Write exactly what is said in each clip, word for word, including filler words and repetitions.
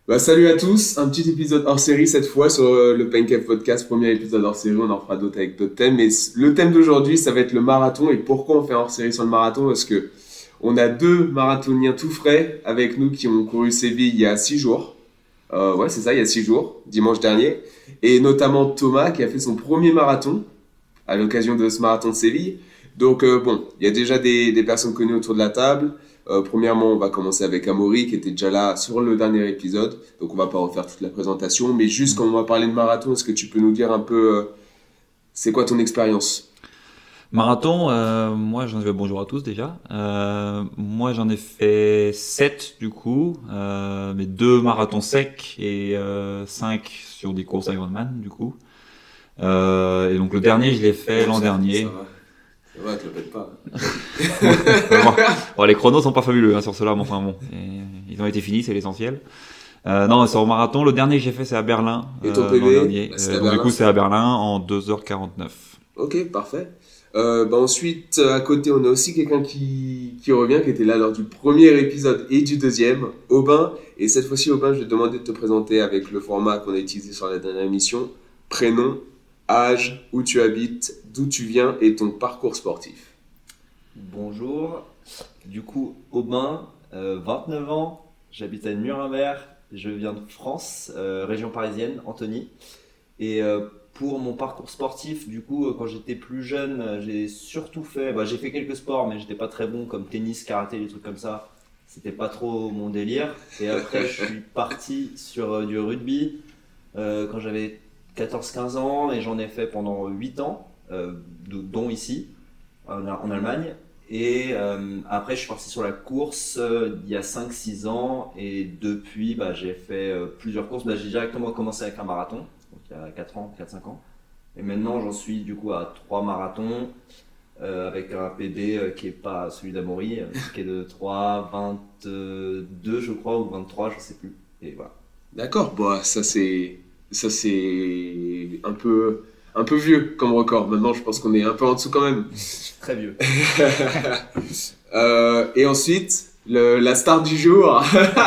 Bah, salut à tous, un petit épisode hors série cette fois sur euh, le Pancake Podcast, premier épisode hors série, on en fera d'autres avec d'autres thèmes, mais c- le thème d'aujourd'hui ça va être le marathon. Et pourquoi on fait un hors série sur le marathon? Parce que on a deux marathoniens tout frais avec nous qui ont couru Séville il y a six jours, euh, ouais c'est ça, il y a six jours, dimanche dernier, et notamment Thomas qui a fait son premier marathon à l'occasion de ce marathon de Séville. Donc euh, bon, il y a déjà des, des personnes connues autour de la table. Euh, premièrement, on va commencer avec Amaury qui était déjà là sur le dernier épisode. Donc on va pas refaire toute la présentation, mais juste quand on va parler de marathon, est-ce que tu peux nous dire un peu, euh, c'est quoi ton expérience? Marathon, euh, moi j'en ai fait, bonjour à tous déjà. Euh, moi j'en ai fait sept du coup, euh, mais deux marathons secs et euh, cinq sur des courses Ironman du coup. Euh, et donc le dernier je l'ai fait l'an Ça- dernier. Ça va, ça va, te le pète pas. bon, bon, les chronos sont pas fabuleux hein, sur cela, mais enfin bon, et, ils ont été finis, c'est l'essentiel. Euh, non, sur le marathon, le dernier que j'ai fait c'est à Berlin Et ton euh, P B? l'an dernier. Bah, c'est à Euh, donc du Berlin. coup c'est à Berlin en deux heures quarante-neuf. Ok, parfait. Euh, bah ensuite, à côté, on a aussi quelqu'un qui, qui revient, qui était là lors du premier épisode et du deuxième, Aubin. Et cette fois-ci, Aubin, je vais te demander de te présenter avec le format qu'on a utilisé sur la dernière émission. Prénom, âge, où tu habites, d'où tu viens et ton parcours sportif. Bonjour, du coup Aubin, euh, vingt-neuf ans, j'habite à Nuremberg, je viens de France, euh, région parisienne, Antony. Et euh, pour mon parcours sportif, du coup, euh, quand j'étais plus jeune, euh, j'ai surtout fait, bah, j'ai fait quelques sports, mais j'étais pas très bon comme tennis, karaté, des trucs comme ça. C'était pas trop mon délire. Et après, je suis parti sur euh, du rugby euh, quand j'avais quatorze quinze ans et j'en ai fait pendant huit ans, euh, de- dont ici, en, en Allemagne. Et euh, après, je suis parti sur la course euh, il y a cinq six ans. Et depuis, bah, j'ai fait euh, plusieurs courses. Bah, j'ai directement commencé avec un marathon, donc il y a quatre ans, quatre cinq ans. Et maintenant, j'en suis du coup à trois marathons euh, avec un P B euh, qui n'est pas celui d'Amaury, euh, qui est de trois vingt-deux, je crois, ou vingt-trois, je sais plus. Et voilà. D'accord, bah, ça c'est ça c'est un peu, un peu vieux comme record. Maintenant, je pense qu'on est un peu en dessous quand même. Très vieux. Euh, et ensuite, le- la star du jour,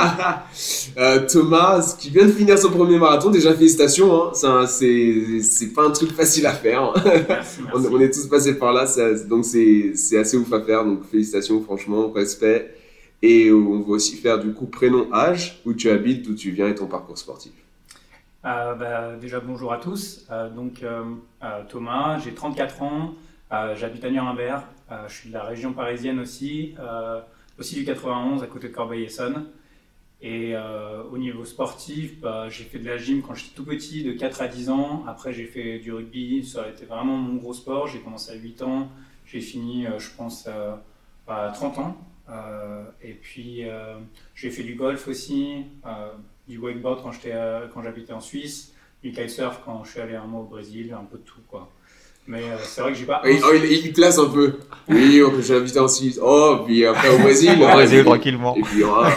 euh, Thomas, qui vient de finir son premier marathon. Déjà, félicitations. Hein. C'est, un- c'est, c'est pas un truc facile à faire. Merci, on, merci. on est tous passés par là, ça- donc c'est, c'est assez ouf à faire. Donc félicitations, franchement, respect. Et on va aussi faire du coup prénom, âge, où tu habites, d'où tu viens et ton parcours sportif. Euh, bah, déjà, bonjour à tous. Euh, donc, euh, euh, Thomas, j'ai trente-quatre ans, euh, j'habite à Nuremberg, euh, je suis de la région parisienne aussi, euh, aussi du quatre-vingt-onze, à côté de Corbeil-Essonnes. Et euh, au niveau sportif, bah, j'ai fait de la gym quand j'étais tout petit, de quatre à dix ans. Après, j'ai fait du rugby, ça a été vraiment mon gros sport. J'ai commencé à huit ans, j'ai fini, euh, je pense, euh, à trente ans. Euh, et puis, euh, j'ai fait du golf aussi, euh, du wakeboard quand, j'étais, euh, quand j'habitais en Suisse, du kitesurf quand je suis allé un mois au Brésil, un peu de tout, quoi. Mais euh, c'est vrai que j'ai pas... Oui, oh, il, il place un peu. Oui, on peut j'ai invité en Suisse. Oh, puis après au Brésil. Au ah, Brésil et- tranquillement. Et puis, ah.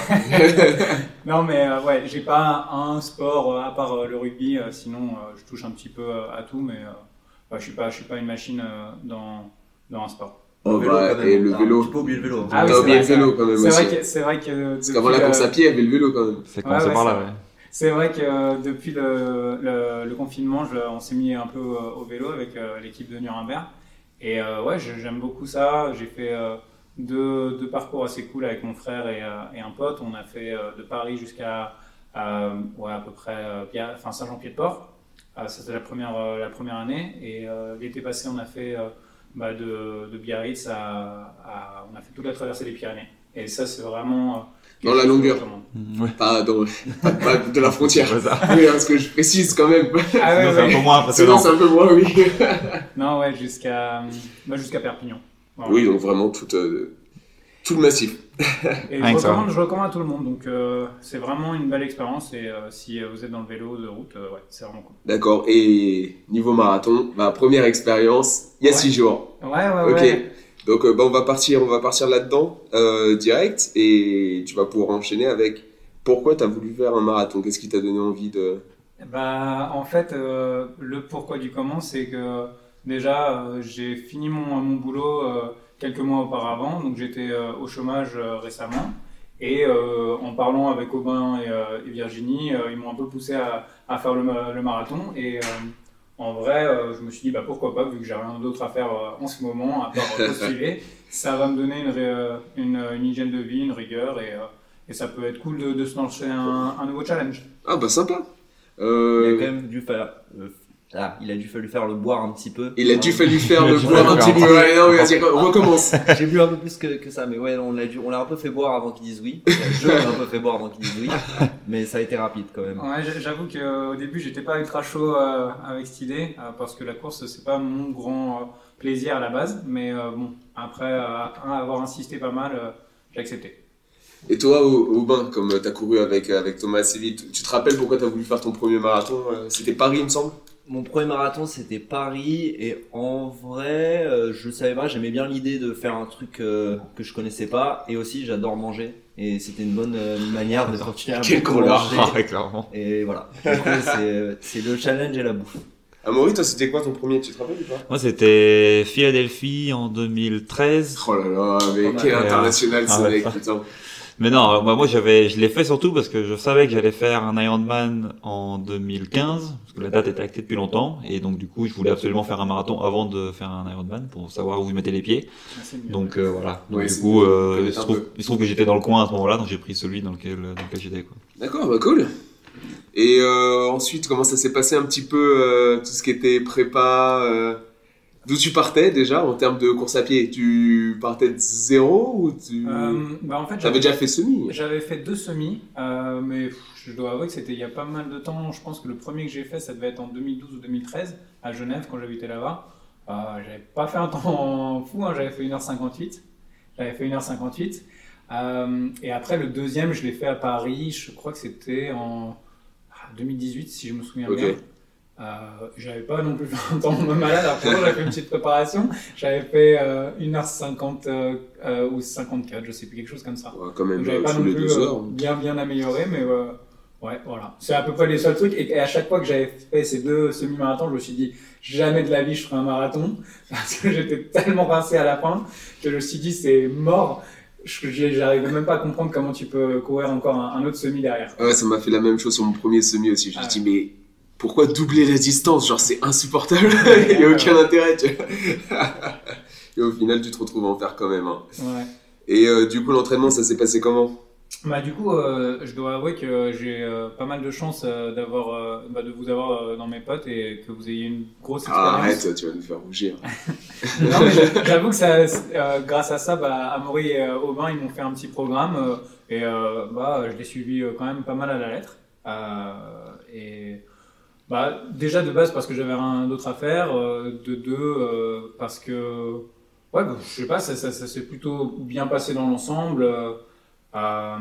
Non, mais euh, ouais, j'ai pas un sport euh, à part euh, le rugby, euh, sinon euh, je touche un petit peu euh, à tout, mais euh, ouais, je suis pas, je suis pas une machine euh, dans, dans un sport. Oh, Le vélo, bah, quand même, et le t'as vélo. un petit peu oublié le vélo. Ah oui, T'as c'est oublié vrai, le vélo c'est quand même C'est aussi. vrai que, c'est vrai que Parce depuis qu'avant la le- course à pied, il y avait le vélo quand même. C'est commencé Ouais, par ouais, là, c'est ouais. C'est vrai que euh, depuis le, le, le confinement, je- on s'est mis un peu euh, au vélo avec euh, l'équipe de Nuremberg. Et euh, ouais, je- j'aime beaucoup ça. J'ai fait euh, deux, deux parcours assez cool avec mon frère et, euh, et un pote. On a fait euh, de Paris jusqu'à euh, ouais, à peu près euh, Bia- enfin, Saint-Jean-Pied-de-Port. Euh, ça, c'était la première, euh, la première année. Et euh, l'été passé, on a fait euh, bah, de, de Biarritz à, à- On a fait toute la traversée des Pyrénées. Et ça, c'est vraiment... euh, Dans la quelque chose que longueur. je recommande. Mm, ouais. Pas, dans, pas, pas de la frontière. C'est ça. Oui, parce que je précise quand même. Ah ouais, Sinon, c'est un ouais. peu moins Sinon, impressionnant. c'est un peu moins, oui. Non, ouais, jusqu'à bah, jusqu'à Perpignan. Voilà. Oui, donc vraiment tout, euh, tout le massif. Et je Rien que ça. recommande, je recommande à tout le monde. Donc, euh, c'est vraiment une belle expérience. Et euh, si euh, vous êtes dans le vélo de route, euh, ouais, c'est vraiment cool. D'accord. Et niveau marathon, ma première expérience, il y a Ouais. six jours. Ouais, ouais, Ok. ouais. Donc, euh, bah, on va partir, on va partir là-dedans euh, direct, et tu vas pouvoir enchaîner avec pourquoi tu as voulu faire un marathon. Qu'est-ce qui t'a donné envie de... Bah, en fait, euh, le pourquoi du comment, c'est que déjà, euh, j'ai fini mon, mon boulot euh, quelques mois auparavant. Donc, j'étais euh, au chômage euh, récemment. Et euh, en parlant avec Aubin et, euh, et Virginie, euh, ils m'ont un peu poussé à, à faire le, le marathon. Et euh, en vrai, euh, je me suis dit bah, pourquoi pas, vu que j'ai rien d'autre à faire euh, en ce moment, à part euh, postuler. Ça va me donner une, ré- une, une hygiène de vie, une rigueur. Et, euh, et ça peut être cool de, de se lancer un, un nouveau challenge. Ah bah sympa. Il a Euh, quand même dû faire. euh, Ah, il a dû fallu faire le boire un petit peu. il a dû Euh, fallu faire Il a le dû boire un fallu petit faire peu. Ouais, non, mais vas-y, on recommence. J'ai bu un peu plus que, que ça, mais ouais, on l'a dû- on l'a un peu fait boire avant qu'il dise oui. Je l'ai un peu fait boire avant qu'il dise oui, mais ça a été rapide quand même. Ouais, j'- j'avoue qu'au début, j'étais pas ultra chaud euh, avec cette idée, euh, parce que la course, c'est pas mon grand euh, plaisir à la base. Mais euh, bon, après euh, avoir insisté pas mal, euh, j'ai accepté. Et toi, Au- Aubin, comme tu as couru avec, avec Thomas assez vite, tu te rappelles pourquoi tu as voulu faire ton premier marathon? euh, C'était Paris, il me semble. Mon premier marathon c'était Paris et en vrai euh, je savais pas, j'aimais bien l'idée de faire un truc euh, que je connaissais pas et aussi j'adore manger et c'était une bonne euh, manière de continuer à Quel beaucoup connard. manger. Ah, ouais, clairement. Et voilà, du coup c'est, c'est le challenge et la bouffe. Amaury, toi, c'était quoi ton premier? Tu te rappelles ou pas? Moi, c'était Philadelphie en deux mille treize. Oh là là, mais Oh, quel ouais. international ce Ah, ouais. mec, putain. Mais non, bah, moi, j'avais, je l'ai fait surtout parce que je savais que j'allais faire un Ironman en deux mille quinze, parce que la date était actée depuis longtemps, et donc du coup, je voulais absolument faire un marathon avant de faire un Ironman pour savoir où je mettais les pieds. Ah, c'est mieux. Donc euh, voilà. Donc, Ouais, du c'est coup, mieux. euh, Connaître il, se un trouve, peu. il se trouve que j'étais dans le coin à ce moment-là, donc j'ai pris celui dans lequel, dans lequel j'étais, quoi. D'accord, bah cool. Et euh, ensuite, comment ça s'est passé un petit peu euh, tout ce qui était prépa euh, D'où tu partais déjà en termes de course à pied? Tu partais de zéro ou tu Euh, bah, en fait, avais déjà fait semi? J'avais fait deux semis, euh, mais pff, je dois avouer que c'était il y a pas mal de temps. Je pense que le premier que j'ai fait, ça devait être en deux mille douze ou deux mille treize, à Genève, quand j'habitais là-bas. Euh, j'avais pas fait un temps fou, hein, j'avais fait une heure cinquante-huit. J'avais fait une heure cinquante-huit. Euh, et après, le deuxième, je l'ai fait à Paris, je crois que c'était en ah, deux mille dix-huit, si je me souviens Ok. bien. Euh, j'avais pas non plus fait un temps malade, après j'avais fait une petite préparation. J'avais fait euh, une heure cinquante euh, euh, ou cinquante-quatre, je sais plus, quelque chose comme ça. Ouais, quand même, Donc, j'avais euh, pas sous non les plus deux euh, heures. bien bien amélioré, mais euh, ouais, voilà. C'est à peu près les seuls trucs. Et, et à chaque fois que j'avais fait ces deux semi-marathons, je me suis dit jamais de la vie je ferai un marathon, parce que j'étais tellement rincé à la fin que je me suis dit c'est mort. Je- J'arrivais même pas à comprendre comment tu peux courir encore un, un autre semi derrière. Ouais, ça m'a fait la même chose sur mon premier semi aussi. Je me Ah suis dit, mais pourquoi doubler la distance? Genre, c'est insupportable. Il n'y a aucun intérêt. Tu vois. Et au final, tu te retrouves à en faire quand même. Hein. Ouais. Et euh, du coup, l'entraînement, ça s'est passé comment? Bah du coup, euh, je dois avouer que j'ai euh, pas mal de chance euh, d'avoir, euh, bah, de vous avoir euh, dans mes potes et que vous ayez une grosse Ah, expérience. arrête, tu vas nous faire rougir. Non, mais j'a- j'avoue que ça, euh, grâce à ça, bah, Amaury et euh, Aubin, ils m'ont fait un petit programme euh, et euh, bah, je l'ai suivi euh, quand même pas mal à la lettre. Euh, et bah, déjà de base parce que j'avais rien d'autre à faire, euh, de deux euh, parce que ouais, bah, je sais pas, ça, ça, ça s'est plutôt bien passé dans l'ensemble. Euh, euh,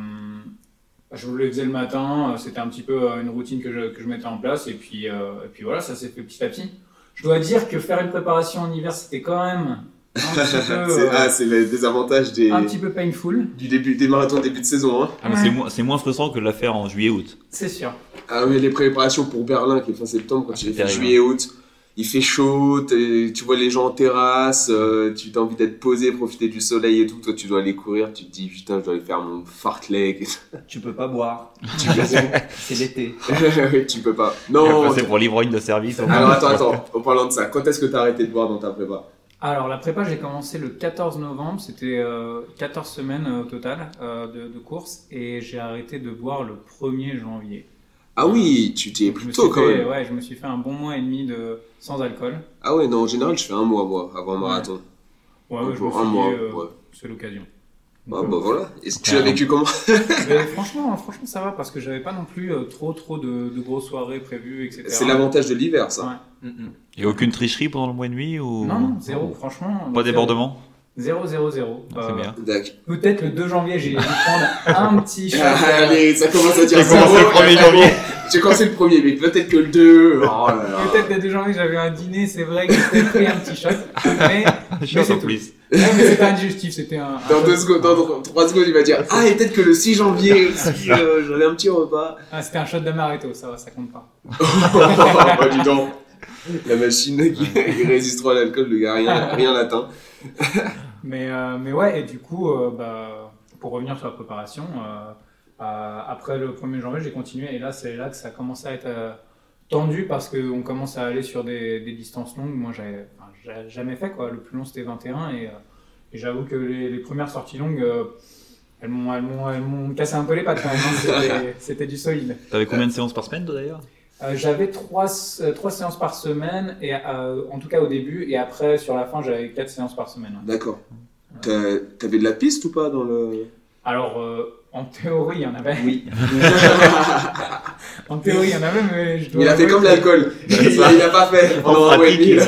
je le faisais le matin, euh, c'était un petit peu euh, une routine que je, que je mettais en place et puis, euh, et puis voilà, ça s'est fait petit à petit. Je dois dire que faire une préparation en hiver, c'était quand même un petit peu, C'est euh, ah, c'est le désavantage des, un petit peu painful, du début, des marathons de début de saison. Hein. Ah, mais Ouais. c'est, moins, c'est moins frustrant que de la faire en juillet-août. c'est sûr. Ah oui, les préparations pour Berlin qui est fin septembre, quand tu les fais terrible. juillet-août, il fait chaud, t'es- tu vois les gens en terrasse, euh, tu as envie d'être posé, profiter du soleil et tout. Toi, tu dois aller courir, tu te dis putain, je dois aller faire mon fartlek. Tu peux pas boire, Tu peux c'est l'été. Oui, tu peux pas. Non, Non. c'est pour l'ivrogne de service. au Alors moins. attends, attends, en parlant de ça, quand est-ce que t'as arrêté de boire dans ta prépa? Alors la prépa, j'ai commencé le quatorze novembre, c'était euh, quatorze semaines euh, au total euh, de, de course et j'ai arrêté de boire le premier janvier. Ah oui, tu t'y es Je me plus suis tôt quand fait- même. Ouais, je me suis fait un bon mois et demi de sans alcool. Ah ouais, non, en général, je fais un mois, moi, avant un marathon. Ouais, ouais, je me Pour suis un dit, mois, euh, ouais. c'est l'occasion. Ah Donc, bah euh, voilà. Et tu l'as Carrément. vécu comment? mais franchement, franchement, ça va parce que j'avais pas non plus euh, trop, trop de, de grosses soirées prévues, et cetera. C'est l'avantage de l'hiver, ça. Ouais. Et aucune tricherie pendant le mois et demi ou... Non, non, zéro, franchement. Pas zéro. débordement. Zéro, zéro, zéro. Ah, c'est Euh, bien. D'accord. Peut-être le deux janvier, j'ai dû prendre un petit shot. Ah, euh, allez, ça commence à dire J'ai commencé zéro, le premier et après, janvier. bon, J'ai commencé le premier, mais peut-être que le deux. Oh là là. Peut-être le deux janvier, j'avais un dîner, c'est vrai que j'ai pris un petit shot. Mais, Je mais en c'est tout. plus. Ouais, mais c'était indigestif, c'était un. un Dans shot. deux secondes, dans trois secondes, il va dire ah, et peut-être que le six janvier aussi, euh, j'avais un petit repas. Ah, c'était un shot d'amaretto, ça, ça compte pas. Bah, dis donc. La machine qui qui résiste trop à l'alcool, le gars, rien, rien l'atteint. Mais, euh, mais ouais, et du coup, euh, bah, pour revenir sur la préparation, euh, euh, après le premier janvier, j'ai continué et là, c'est là que ça a commencé à être euh, tendu parce qu'on commence à aller sur des, des distances longues. Moi, j'avais, enfin, j'avais jamais fait, quoi. Le plus long, c'était vingt et un et, euh, et j'avoue que les, les premières sorties longues, euh, elles, m'ont, elles, m'ont, elles m'ont cassé un peu les pattes quand même. Hein. C'était, c'était du solide. T'avais combien de séances par semaine, toi, d'ailleurs? Euh, j'avais trois, euh, trois séances par semaine, et, euh, en tout cas au début, et après sur la fin j'avais quatre séances par semaine. Ouais. D'accord. T'as, t'avais de la piste ou pas dans le... Alors euh, en théorie il y en avait. Oui. En théorie il y en avait, mais je dois. Il a fait comme l'alcool. il l'a pas fait pendant un mois et demi.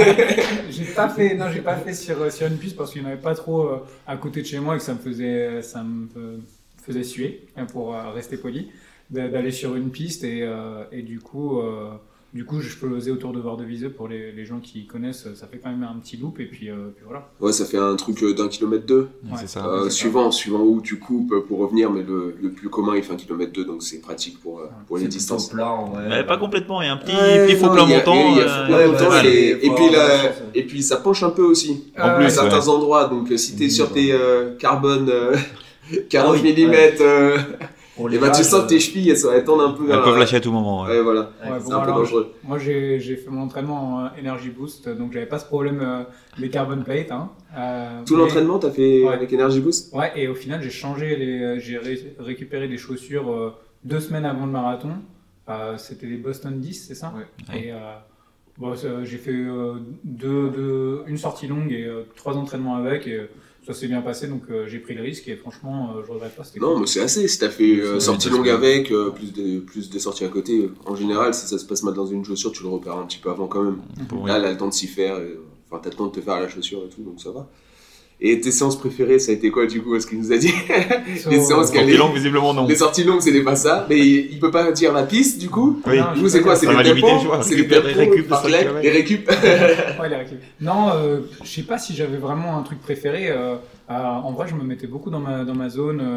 J'ai pas fait, non j'ai pas fait sur, sur une piste parce qu'il n'y en avait pas trop euh, à côté de chez moi et que ça me faisait, ça me euh, faisait suer, hein, pour euh, rester poli. D'aller sur une piste et, euh, et du coup euh, du coup je faisais autour de Vordevise pour les, les gens qui connaissent, ça fait quand même un petit loop et puis, euh, puis voilà. Ouais, ça fait un truc d'un kilomètre deux. Ouais, c'est ça. Euh, c'est suivant, ça. Suivant où tu coupes pour revenir, mais le, le plus commun il fait un kilomètre deux, donc c'est pratique pour, ouais. pour les c'est distances. Plat, en vrai. Mais pas complètement, il y a un petit, Ouais, petit faux non, plat il y a- montant. il y a- il y a euh, faux plat montant, ouais, et, ouais, et, faut puis avoir la- de la chance, ouais. et puis ça penche un peu aussi. En Euh, plus, À certains ouais. endroits, donc si t'es sur tes euh, carbone euh, quarante Ah oui, millimètres, euh, Pour et les bah tu virages, sens que tes chevilles elles, sont- elles tendent un peu. Elles vers- peuvent lâcher à tout moment. Ouais. Ouais, voilà. Ouais, Ouais, C'est bon, un peu alors, dangereux. Moi j'ai, j'ai fait mon entraînement en Energy Boost, donc j'avais pas ce problème euh, des carbon plates. Hein. Euh, Tout mais- l'entraînement t'as fait Ouais. avec Energy Boost? Ouais, et au final, j'ai changé les, j'ai ré- récupéré des chaussures euh, deux semaines avant le marathon. Euh, c'était des Boston dix, c'est ça? Ouais. Et euh, bon, ça, j'ai fait euh, deux, deux, une sortie longue et euh, trois entraînements avec, et euh, ça s'est bien passé, donc euh, j'ai pris le risque et franchement, euh, je regrette pas. C'était Non, cool. mais c'est assez. Si t'as fait euh, C'est sortie bien, longue c'est bien. avec, euh, plus, de, plus des sorties à côté, euh, en général, si ça se passe mal dans une chaussure, tu le repères un petit peu avant quand même. Pour- Là, elle a le temps de s'y faire. et, euh, Enfin, t'as le temps de te faire à la chaussure et tout, donc ça va. Et tes séances préférées, ça a été quoi du coup? Est-ce qu'il nous a dit? So, les séances Sortie qu'elle est- longue, visiblement non. Les sorties longues, c'était pas ça. Mais il, il peut pas dire la piste du coup. Oui. Non, Du coup, c'est quoi? C'est Ça va les limiter, tempos? tu vois, C'est les récupérer les tempos, récup de par cinq les- kilomètres. les récup. Ouais, les récup. Non, euh, je sais pas si j'avais vraiment un truc préféré. Euh, euh, en vrai, je me mettais beaucoup dans ma, dans ma zone. Euh,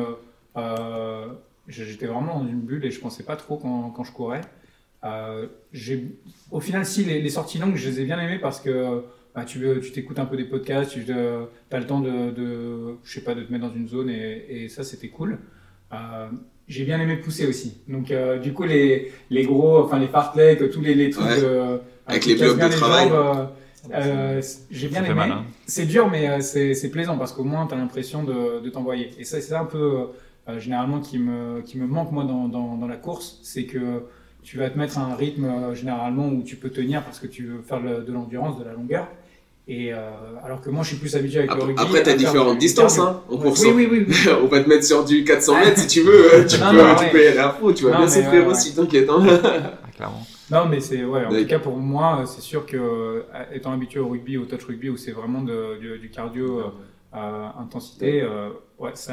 euh, j'étais vraiment dans une bulle et je pensais pas trop quand, quand je courais. Euh, j'ai, au final, si, les, les sorties longues, je les ai bien aimées parce que bah, tu, tu t'écoutes un peu des podcasts, tu as le temps de, de, je sais pas, de te mettre dans une zone et, et ça, c'était cool. Euh, j'ai bien aimé pousser aussi. Donc, euh, du coup, les, les gros, enfin, les fartleks, tous les, les trucs Ouais. de, Avec qui les cassent blocs bien de les travail. jambes, euh, euh, j'ai bien Ça fait aimé. mal, hein. C'est dur, mais euh, c'est, c'est plaisant parce qu'au moins, tu as l'impression de, de t'envoyer. Et ça, c'est ça un peu, euh, généralement, qui me, qui me manque, moi, dans, dans, dans la course. C'est que tu vas te mettre à un rythme, euh, généralement, où tu peux tenir parce que tu veux faire le- de l'endurance, de la longueur. Et euh, alors que moi, je suis plus habitué avec le Après, rugby. après, à t'as faire différentes du distances cardio. hein, en Ouais. course. Oui, oui, oui. oui. On va te mettre sur du quatre cents mètres si tu veux. Tu, Non, peux, non, tu ouais. peux y aller à fond. Tu vas Non, bien mais souffrir ouais, ouais. aussi, t'inquiète. Hein. Ah, clairement. Non, mais c'est, ouais, en Ouais. tout cas, pour moi, c'est sûr que, euh, étant habitué au rugby, au touch rugby, où c'est vraiment de, du, du cardio, euh, à intensité, euh, ouais, ça,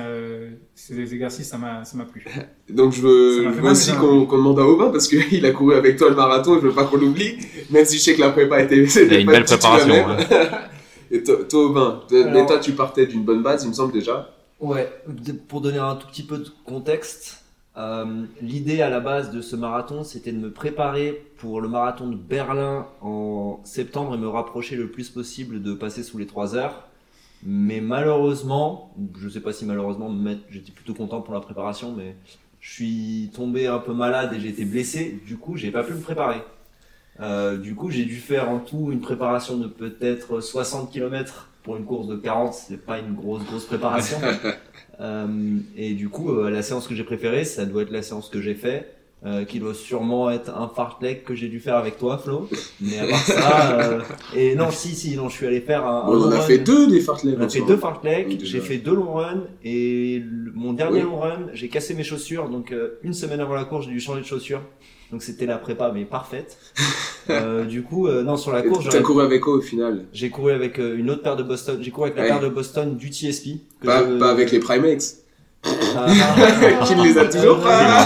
ces exercices, ça m'a, ça m'a plu. Donc je Ça veux, m'a je fait veux mal, aussi déjà. qu'on, qu'on demande à Aubin parce qu'il a couru avec toi le marathon et je veux pas qu'on l'oublie. Même si je sais que la prépa était. Il y a une belle préparation. ouais. Et toi, toi, Aubin, toi- mais Alors- toi tu partais d'une bonne base, il me semble déjà. Ouais, de- pour donner un tout petit peu de contexte, euh, l'idée à la base de ce marathon, c'était de me préparer pour le marathon de Berlin en septembre et me rapprocher le plus possible de passer sous les trois heures. Mais malheureusement, je sais pas si malheureusement, mais j'étais plutôt content pour la préparation, mais je suis tombé un peu malade et j'ai été blessé. Du coup, j'ai pas pu me préparer. Euh, du coup, j'ai dû faire en tout une préparation de peut-être soixante kilomètres pour une course de quarante. C'est pas une grosse grosse préparation. Euh, et du coup, euh, la séance que j'ai préférée, ça doit être la séance que j'ai fait, euh, qui doit sûrement être un fartlek que j'ai dû faire avec toi, Flo. Mais à part ça, euh, et non, si, si, non, je suis allé faire un. On un en long a run. fait deux des fartleks. On a en fait soi. deux fartleks, Donc, déjà. j'ai fait deux long runs et le- mon dernier Oui. long run, j'ai cassé mes chaussures. Donc euh, une semaine avant la course, j'ai dû changer de chaussures. Donc c'était la prépa, mais parfaite. Euh, du coup, euh, non, sur la Et course, t'as j'aurais- couru avec quoi au final? j'ai couru avec euh, une autre paire de Boston. J'ai couru avec la Ouais. paire de Boston du T S P. que Pas, je- pas avec les Primex. Ah, Qui ne les a toujours pas.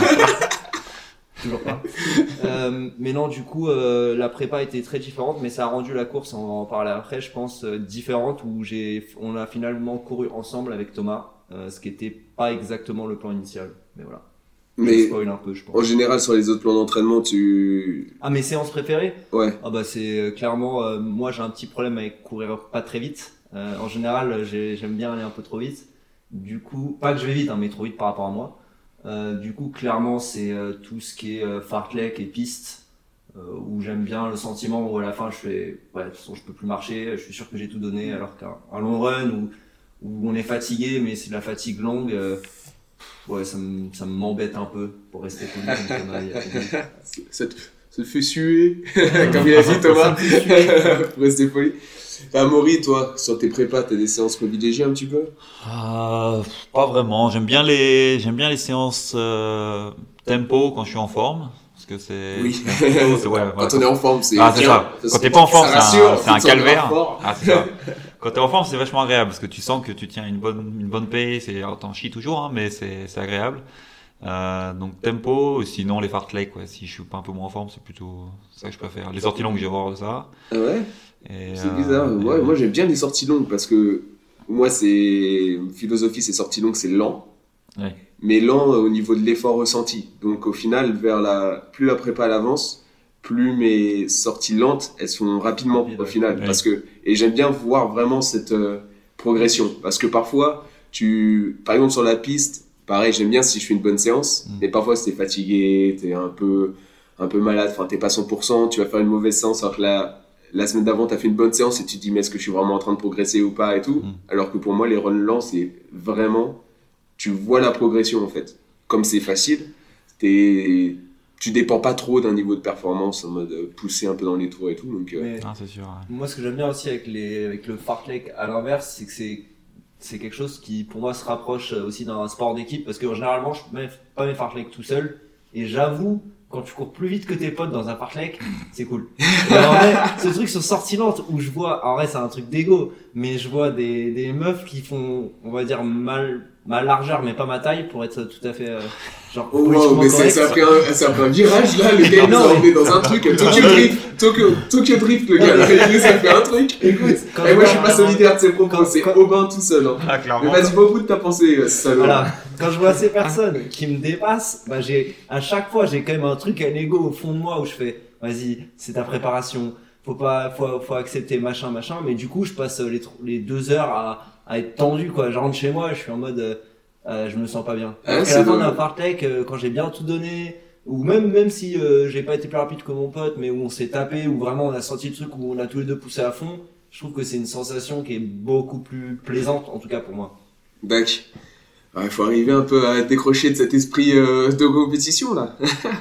Toujours pas. Euh, mais non, du coup, euh, la prépa était très différente, mais ça a rendu la course, on va en parler après, je pense, euh, différente, où j'ai, on a finalement couru ensemble avec Thomas, euh, ce qui était pas exactement le plan initial. Mais voilà. Je Mais spoil un peu, je en pense. général, sur les autres plans d'entraînement, tu. Ah, mes séances préférées? Ouais. Ah bah c'est euh, clairement, euh, moi j'ai un petit problème avec courir pas très vite. Euh, en général, j'ai- j'aime bien aller un peu trop vite. Du coup, pas que je vais vite, hein, mais trop vite par rapport à moi. Euh, du coup, clairement, c'est euh, tout ce qui est euh, fartlek et piste, euh, où j'aime bien le sentiment où à la fin je fais, ouais, de toute façon, je peux plus marcher, je suis sûr que j'ai tout donné, alors qu'un un long run où, où on est fatigué, mais c'est de la fatigue longue, euh, ouais, ça me, ça m'embête un peu pour rester poli. comme Thomas y a fait. Ça te, ça te fait suer, comme il a dit Thomas, pour rester poli. Amaury, toi, sur tes prépas, t'as des séances privilégiées un petit peu? Euh, Pas vraiment. J'aime bien les, j'aime bien les séances euh, tempo quand je suis en forme. Parce que c'est. Oui. c'est tempo, c'est- ouais, Quand voilà. on est en forme, c'est. Ah, c'est ça. Quand t'es pas en forme, c'est un, rassure, c'est un faut que tu sois calvaire. fort. Ah, c'est ça. Quand t'es en forme, c'est vachement agréable parce que tu sens que tu tiens une bonne, une bonne pace. Et alors, t'en chies toujours, hein, mais c'est, c'est agréable. Euh, donc tempo, sinon les fartlek, quoi. Si je suis pas un peu moins en forme, c'est plutôt ça que je préfère. Les sorties longues, j'ai horreur de ça. Ah ouais? Et, C'est euh, bizarre. et- Ouais, moi j'aime bien les sorties longues parce que moi, c'est philosophie, c'est sorties longues, c'est lent. Ouais. Mais lent euh, au niveau de l'effort ressenti. Donc au final, vers la, plus la prépa elle avance, plus mes sorties lentes, elles sont rapidement Rapide, au ouais. final. Oui. Parce que, et j'aime bien voir vraiment cette euh, progression. Parce que parfois, tu, par exemple sur la piste, pareil, j'aime bien si je fais une bonne séance, Mm. mais parfois si t'es fatigué, t'es un peu, un peu malade, enfin t'es pas cent pour cent, tu vas faire une mauvaise séance alors que la, la semaine d'avant t'as fait une bonne séance et tu te dis mais est-ce que je suis vraiment en train de progresser ou pas et tout. Mm. Alors que pour moi, les runs lents, c'est vraiment, tu vois la progression en fait. Comme c'est facile, t'es, tu dépends pas trop d'un niveau de performance en mode euh, pousser un peu dans les tours et tout. Donc, euh, Mais Ah, c'est sûr. Ouais. moi, ce que j'aime bien aussi avec, les, avec le fartlek à l'inverse, c'est que c'est, c'est quelque chose qui, pour moi, se rapproche aussi d'un sport d'équipe parce que généralement, je mets pas mes fartlek tout seul. Et j'avoue, quand tu cours plus vite que tes potes dans un fartlek, c'est cool. Et en vrai, ce truc sur sortie lente où je vois, en vrai, c'est un truc d'ego, mais je vois des, des meufs qui font, on va dire, mal, ma largeur, mais pas ma taille, pour être tout à fait, euh, genre, oh wow, politiquement mais c'est, correct. ça a pris un, ça a pris un virage là, le gars il nous Non, a mais- emmené dans un truc, Tokyo Drift, Tokyo, Tokyo Drift le gars, il ça fait un truc. Écoute, quand Et moi je suis vois pas vraiment- solidaire de ses propos, quand- c'est quand- Aubin tout seul. Hein. Ah, Mais clairement. vas-y, beaucoup de ta pensée, euh, salaud. Voilà, quand je vois ces personnes qui me dépassent, bah j'ai, à chaque fois, j'ai quand même un truc à l'ego au fond de moi où je fais, vas-y, c'est ta préparation, faut pas, faut, faut accepter machin, machin, mais du coup, je passe les, tr- les deux heures à, à être tendu, quoi. Je rentre chez moi, je suis en mode, euh, euh, je me sens pas bien. Ah, Alors qu'à c'est la fin le- d'un fartlek, euh, quand j'ai bien tout donné, ou même, même si euh, j'ai pas été plus rapide que mon pote, mais où on s'est tapé, où vraiment on a senti le truc, où on a tous les deux poussé à fond, je trouve que c'est une sensation qui est beaucoup plus plaisante, en tout cas pour moi. Dac. Il faut arriver un peu à décrocher de cet esprit euh, de compétition là.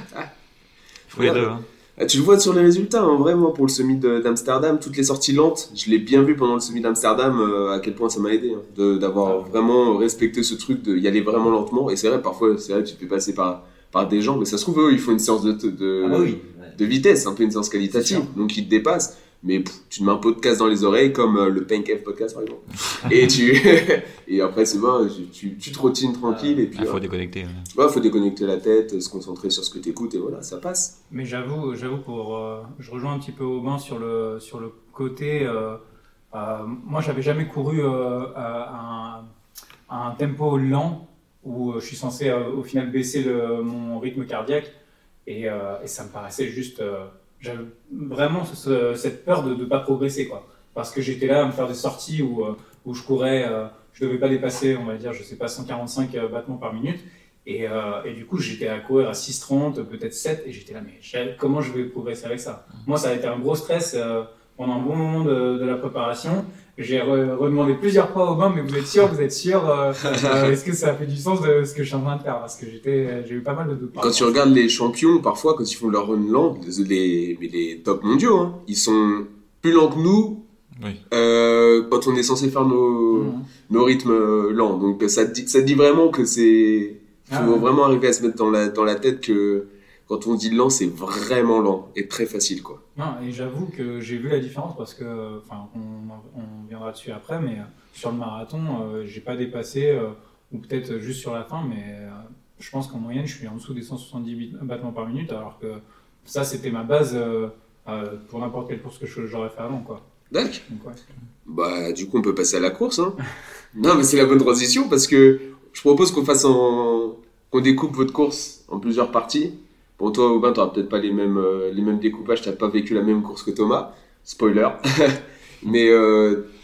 Faut les deux. Hein. Ah, tu le vois sur les résultats, en vrai, moi, pour le semi de- d'Amsterdam, toutes les sorties lentes, je l'ai bien vu pendant le semi d'Amsterdam, euh, à quel point ça m'a aidé, hein, de- d'avoir vraiment respecté ce truc, de y aller vraiment lentement. Et c'est vrai, parfois, c'est vrai, tu te fais passer par, par des gens, mais ça se trouve, eux, ils font une séance de, de, Ah bah oui. de vitesse, un peu une séance qualitative, C'est sûr. donc ils te dépassent. Mais pff, tu te mets un podcast dans les oreilles, comme euh, le Pancake Podcast, par exemple. et, tu... et après, c'est bon, tu, tu, tu trottines tranquille, et puis, Il faut ouais, déconnecter. Ouais. ouais, faut déconnecter la tête, se concentrer sur ce que tu écoutes, et voilà, ça passe. Mais j'avoue, j'avoue pour, euh, je rejoins un petit peu Aubin sur le sur le côté. Euh, euh, moi, j'avais jamais couru euh, à, un, à un tempo lent où euh, je suis censé euh, au final baisser le, mon rythme cardiaque et, euh, et ça me paraissait juste. Euh, j'avais vraiment ce- ce- cette peur de ne pas progresser quoi, parce que j'étais là à me faire des sorties où euh, où je courais, euh, je devais pas dépasser, on va dire, je sais pas, cent quarante-cinq euh, battements par minute. Et, euh, et du coup, j'étais à courir à six trente, peut-être sept, et j'étais là, mais je- comment je vais progresser avec ça? Moi, ça a été un gros stress euh, pendant un bon moment de, de la préparation. J'ai re- redemandé plusieurs fois au bain, mais vous êtes sûr, vous êtes sûr, euh, euh, est-ce que ça fait du sens de ce que je suis en train de faire? Parce que j'étais, j'ai eu pas mal de doutes. par Quand tu rapport à regardes les champions, parfois, quand ils font leur run lent, les, les, mais les top mondiaux, hein, ils sont plus lents que nous Oui. euh, quand on est censé faire ça. nos, Mhm. nos rythmes euh, lents. Donc ça te dit, ça te dit vraiment que c'est... faut Ah ouais. vraiment arriver à se mettre dans la, dans la tête que quand on dit lent, c'est vraiment lent et très facile, quoi. Non, et j'avoue que j'ai vu la différence parce que, enfin, on, en- on viendra dessus après, mais euh, sur le marathon, euh, j'ai pas dépassé, euh, ou peut-être juste sur la fin, mais euh, je pense qu'en moyenne, je suis en dessous des cent soixante-dix bit- battements par minute, alors que ça, c'était ma base euh, euh, pour n'importe quelle course que je- j'aurais fait avant, quoi. D'accord. Donc, ouais. Bah, du coup, on peut passer à la course, hein. Non, mais c'est la bonne transition parce que je propose qu'on fasse en... qu'on découpe votre course en plusieurs parties. Bon, toi, Aubin, t'auras peut-être pas les mêmes, euh, les mêmes découpages, t'as pas vécu la même course que Thomas. Spoiler. Mais euh,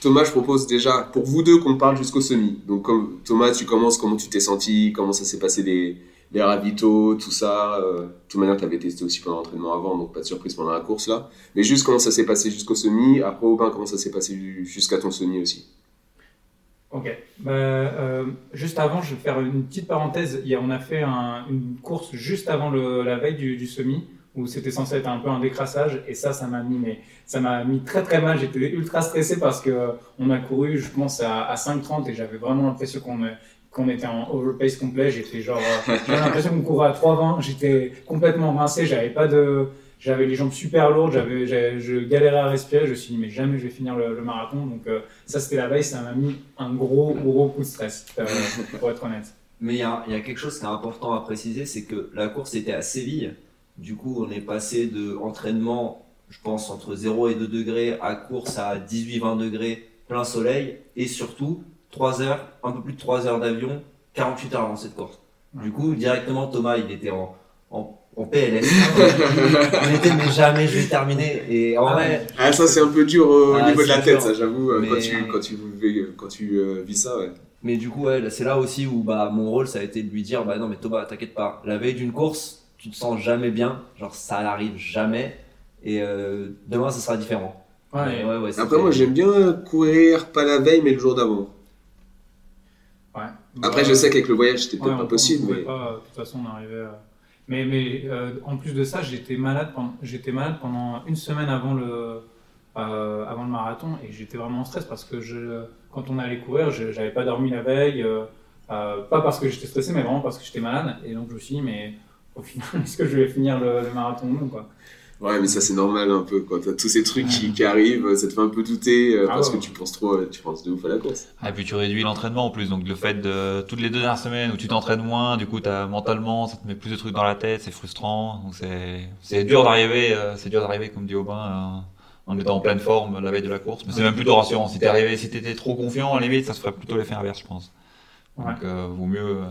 Thomas, je propose déjà pour vous deux qu'on parle jusqu'au semi. Donc comme, Thomas, tu commences, comment tu t'es senti, comment ça s'est passé les, les ravitaux, tout ça. Euh, de toute manière, tu avais testé aussi pendant l'entraînement avant, donc pas de surprise pendant la course là. Mais juste comment ça s'est passé jusqu'au semi. Après Aubin, comment ça s'est passé jusqu'à ton semi aussi. Ok. Bah, euh, juste avant, je vais faire une petite parenthèse. Il y a, on a fait un, une course juste avant le, la veille du, du semi, où c'était censé être un peu un décrassage, et ça, ça m'a mis, mais ça m'a mis très très mal. J'étais ultra stressé parce que on a couru, je pense à, à cinq trente, et j'avais vraiment l'impression qu'on qu'on était en overpace complet. J'étais genre, euh, j'avais l'impression qu'on courait à trois vingt. J'étais complètement rincé. J'avais pas de, j'avais les jambes super lourdes. J'avais, j'avais, je galérais à respirer. Je me suis dit mais jamais je vais finir le, le marathon. Donc euh, ça c'était la veille. Ça m'a mis un gros gros coup de stress, euh, pour être honnête. Mais il y a, il y a quelque chose qui est important à préciser, c'est que la course était à Séville. Du coup, on est passé de entraînement, je pense, entre zéro et deux degrés à course à dix-huit vingt degrés, plein soleil, et surtout trois heures, un peu plus de trois heures d'avion, quarante-huit heures avant cette course. Du coup, directement, Thomas, il était en, en, en P L S. Il était, mais jamais je vais terminer. Et en vrai. Ah, ça, c'est un peu dur au Ah, niveau de la c'est tête, dur. ça, j'avoue, Mais- quand tu, quand tu, quand tu euh, vis ça, ouais. Mais du coup, ouais, c'est là aussi où bah, mon rôle, ça a été de lui dire, bah non, mais Thomas, t'inquiète pas. La veille d'une course, tu te sens jamais bien. Genre, ça n'arrive jamais. Et euh, demain, ça sera différent. Ouais. Mais ouais, ouais, Après, c'était- moi, j'aime bien courir, pas la veille, mais le jour d'avant. Ouais. Après, Bah, je sais qu'avec le voyage, c'était ouais, peut-être on- pas on possible, pouvait mais. pas, de toute façon, on arrivait. à- Mais, mais euh, en plus de ça, j'étais malade pendant, j'étais malade pendant une semaine avant le, euh, avant le marathon, et j'étais vraiment en stress parce que je, quand on allait courir, je j'avais pas dormi la veille, euh, euh, pas parce que j'étais stressé, mais vraiment parce que j'étais malade. Et donc je me suis dit, mais au final, est-ce que je vais finir le, le marathon ou non, quoi. Ouais, mais ça, c'est normal un peu, quoi. T'as tous ces trucs qui, qui arrivent, ça te fait un peu douter, euh, Ah parce ouais. que tu penses trop, euh, tu penses de ouf à la course. Ah, et puis tu réduis l'entraînement en plus, donc le fait de toutes les deux dernières semaines où tu t'entraînes moins, du coup t'as mentalement ça te met plus de trucs dans la tête, c'est frustrant, donc c'est c'est dur d'arriver, euh, c'est dur d'arriver comme dit Aubin, euh, en étant en pleine forme la veille de la course, mais c'est même plutôt rassurant. Si t'es arrivé, si t'étais trop confiant, à la limite ça se ferait plutôt l'effet inverse, je pense. Ouais. Donc euh, vaut mieux euh,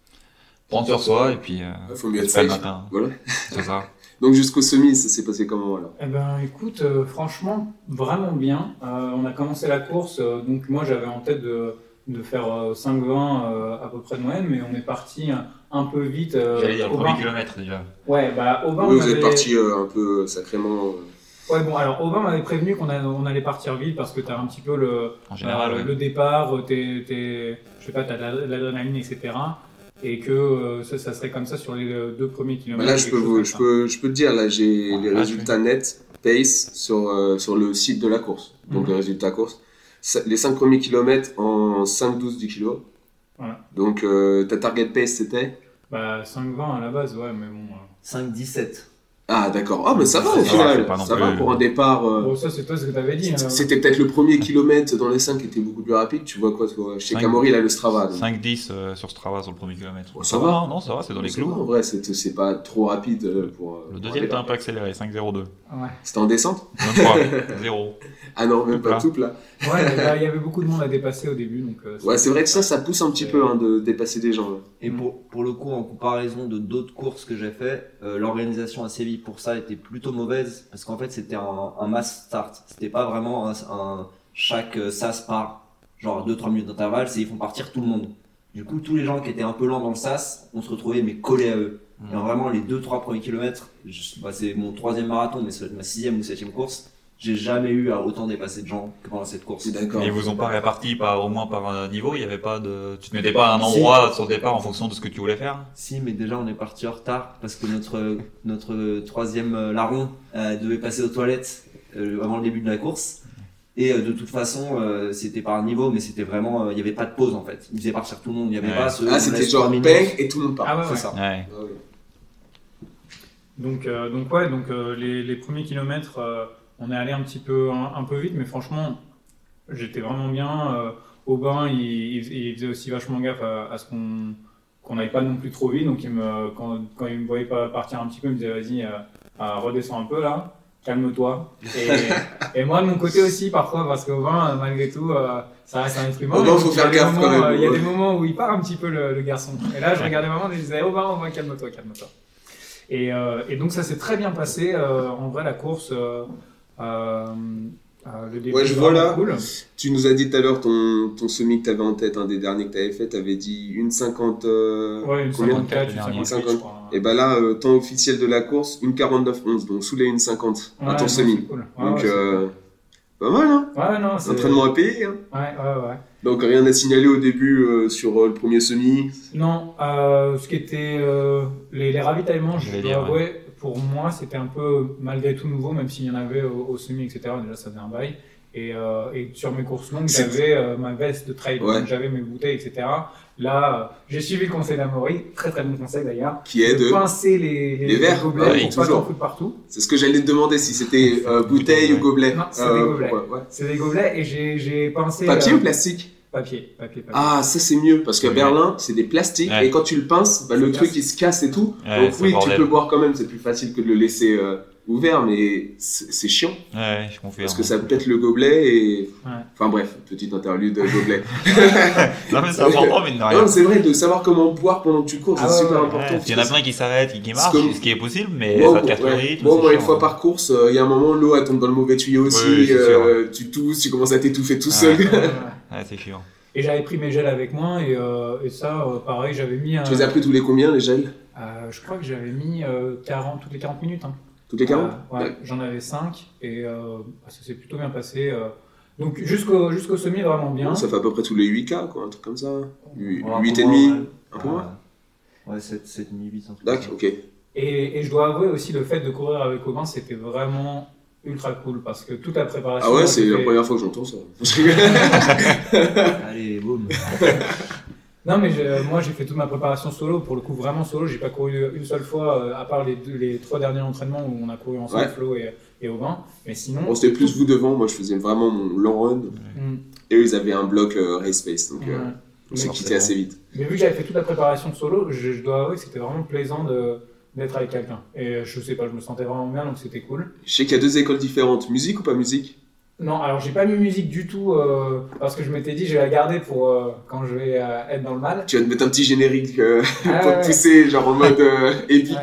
prendre sur soi et puis euh, Il faut mieux être se faire le safe. matin, Voilà. c'est ça. Donc, jusqu'au semi, ça s'est passé comment, alors? Eh ben, écoute, euh, franchement, vraiment bien. Euh, on a commencé la course, euh, donc moi j'avais en tête de, de faire euh, cinq vingt euh, à peu près de moyenne, mais on est parti un, un peu vite. Euh, J'allais dire le Aubin- premier kilomètre déjà. Ouais, bah Aubin Oui, vous m'avait- êtes parti euh, un peu sacrément. euh, Ouais, bon, alors Aubin m'avait prévenu qu'on a- on allait partir vite parce que t'as un petit peu le, En général, euh, ouais. le départ, t'es, t'es, je sais pas, t'as de la- de l'adrénaline, et cetera. Et que euh, ça, ça serait comme ça sur les euh, deux premiers Bah kilomètres. là, je quelque peux, chose vous, comme je, ça. peux, je peux te dire, là, j'ai Ah, les là, résultats nets, pace, sur, euh, sur le site de la course. Donc, Mhm. les résultats course. Ça- Les cinq premiers kilomètres en cinq douze du kilo. Voilà. Donc, euh, ta target pace, c'était? Bah, cinq vingt à la base, ouais, mais bon. euh, cinq dix-sept. Ah, d'accord. Ah, mais ça va, Ça au va, final. c'est pas non Ça va plus- pour un départ. euh, Bon, ça, c'est toi ce que t'avais dit. hein. C'était peut-être le premier kilomètre dans les cinq qui était beaucoup plus rapide. Tu vois quoi, toi? Chez Cinq- Camori, il a le Strava. donc. cinq dix euh, sur Strava sur le premier kilomètre. Bon, ça va. Non, non, ça va, c'est dans les Ça va, clous. en vrai, c'est c'est pas trop rapide euh, pour. euh, Le pour deuxième un était un départ. peu accéléré, cinq zéro deux. Ouais. C'était en descente? Même pas, zéro. Ah non, même Tout pas plat. tout plat. Ouais, bah, il y avait beaucoup de monde à dépasser au début, donc. euh, Ouais, c'est vrai que ça, ça pousse un petit peu hein, de dépasser des gens. là. Et pour, pour le coup, en comparaison de d'autres courses que j'ai fait, euh, l'organisation à Séville pour ça était plutôt mauvaise parce qu'en fait c'était un, un mass start. C'était pas vraiment un, un- chaque euh, sas part genre deux trois minutes d'intervalle, c'est ils font partir tout le monde. Du coup, tous les gens qui étaient un peu lents dans le sas, on se retrouvait mais collés à eux. Et alors, vraiment les deux trois premiers kilomètres, je- bah, c'est mon troisième marathon, mais ça va être ma sixième ou septième course. J'ai jamais eu à autant dépasser de gens que pendant cette course. D'accord. Mais ils vous ont pas réparti par, au moins par euh, niveau, il y avait pas de, tu te mettais pas à un endroit sur le départ en fonction de ce que tu voulais faire? Si, mais déjà on est parti en retard parce que notre, notre troisième euh, larron euh, devait passer aux toilettes euh, avant le début de la course. Et euh, de toute façon, euh, c'était par niveau, mais c'était vraiment, euh, il n'y avait pas de pause en fait. Il faisait partir tout le monde, il n'y avait Ouais. pas ce. Ah, on c'était laisse genre trois minutes. bang et tout le monde part. Ah ouais, C'est ouais. ça. Ouais. Ah ouais. Donc, euh, donc ouais, donc euh, les, les premiers kilomètres, euh, on est allé un petit peu un, un peu vite, mais franchement, j'étais vraiment bien. Euh, Aubin, il, il, il faisait aussi vachement gaffe à, à ce qu'on qu'on n'aille pas non plus trop vite. Donc, il me, quand, quand il me voyait pas partir un petit peu, il me disait vas-y, euh, euh, redescends un peu là, calme-toi. Et, et moi de mon côté aussi parfois, parce qu'Aubin, euh, malgré tout, euh, ça reste un instrument. Aubin, Et faut donc, il y a faire des gaffe moments, quand même, euh, Il y a ouais. des moments où il part un petit peu le, le garçon. Et là, je regardais maman et je disais Aubin, Aubin, calme-toi, calme-toi. Et, euh, et donc ça s'est très bien passé. Euh, en vrai, la course, euh, euh, Euh, le début Ouais, je est vois vraiment là. cool. Tu nous as dit tout à l'heure ton, ton semi que tu avais en tête, un des derniers que tu avais fait, tu avais dit une cinquante. Euh, Ouais, une combien cinquante-quatre, une Une cinquante-huit, je crois. Et bah là, euh, temps officiel de la course, une quarante-neuf onze, donc sous les une cinquante, Ouais, un temps non, semi. c'est cool. Ouais, Donc, ouais, c'est euh, pas mal, hein. cool. Ouais, non, c'est... Entraînement à payer, hein. Ouais, ouais, ouais. Donc rien à signaler au début euh, sur euh, le premier semi. Non, euh, ce qui était euh, les, les ravitaillements, je Je vais dois dire, avouer, pour moi, c'était un peu malgré tout nouveau, même s'il y en avait au, au semi, et cetera. Déjà, ça faisait un bail. Et, euh, et sur mes courses longues, C'est- j'avais euh, ma veste de trail, Ouais. donc j'avais mes bouteilles, et cetera. Là, euh, j'ai suivi le conseil d'Amaury, très très bon conseil d'ailleurs, Qui est de- pincer les, Les verres, gobelets ouais, pour pas toujours. t'en foutre partout. C'est ce que j'allais te demander, si c'était euh, bouteille ou gobelet. Non, c'est des gobelets. ouais, ouais. C'est des gobelets et j'ai, j'ai pincé... Papier euh, ou plastique? Papier, papier, papier. Ah, ça c'est mieux, parce qu'à Ouais. Berlin, c'est des plastiques, Ouais. et quand tu le pinces, bah, le Ça truc casse. il se casse et tout. Ouais, Donc c'est oui, tu bordel. peux boire quand même, c'est plus facile que de le laisser euh, ouvert, mais c'est c'est chiant, Ouais, je confirme. parce que ça pète le gobelet et... Ouais. Enfin bref, petite interlude de gobelet. Non, mais c'est important, mais de rien. Non, c'est vrai, de savoir comment boire pendant que tu cours, Ah c'est ouais, super ouais, important. Ouais, il y en a plein qui s'arrêtent, qui, qui marchent, comme- ce qui est possible, mais Moi, ça te casse ouais. le rythme. Moi, c'est moi, une chiant, fois hein. par course, euh, il y a un moment, l'eau elle tombe dans le mauvais tuyau aussi, Oui, c'est euh, tu tousses, tu commences à t'étouffer tout Ouais. seul. Ouais, ouais. Ouais, c'est chiant. Et j'avais pris mes gels avec moi et, euh, et ça, euh, pareil, j'avais mis un... Tu les as pris tous les combien, les gels? Euh, je crois que j'avais mis euh, quarante, toutes les quarante minutes. Hein. Toutes les quarante? Euh, ouais, j'en avais cinq et euh, ça s'est plutôt bien passé. euh. Donc jusqu'au jusqu'au semi, vraiment bien. Ça fait à peu près tous les huit K, quoi, un truc comme ça. huit Ouais, un et peu demi, moins, ouais. un peu moins. Ouais, sept, sept, huit, un truc D'accord, comme ok. Et, et je dois avouer aussi, le fait de courir avec Aubin, c'était vraiment ultra cool parce que toute la préparation... Ah ouais, moi, c'est j'ai la fait- première fois que j'entends ça. Je rigole. ça. Allez, boum. Non, mais je- moi, j'ai fait toute ma préparation solo. Pour le coup, vraiment solo. J'ai pas couru une seule fois, euh, à part les, deux, les trois derniers entraînements où on a couru ensemble, Ouais. Flo et, et Aubin. Mais sinon... Bon, c'était plus vous devant, moi je faisais vraiment mon long run. Hmm, Et eux, ils avaient un bloc euh, race pace, donc euh, ouais. on s'est Mais- quitté assez vite. Mais vu que j'avais fait toute la préparation solo, je, je dois avouer que c'était vraiment plaisant de, d'être avec quelqu'un. Et je sais pas, je me sentais vraiment bien, donc c'était cool. Je sais qu'il y a deux écoles différentes, musique ou pas musique? Non, alors j'ai pas mis musique du tout, euh, parce que je m'étais dit je vais la garder pour euh, quand je vais euh, être dans le mal. Tu vas te mettre un petit générique euh, Ah, pour ouais, te ouais. pousser, genre en mode euh, épique.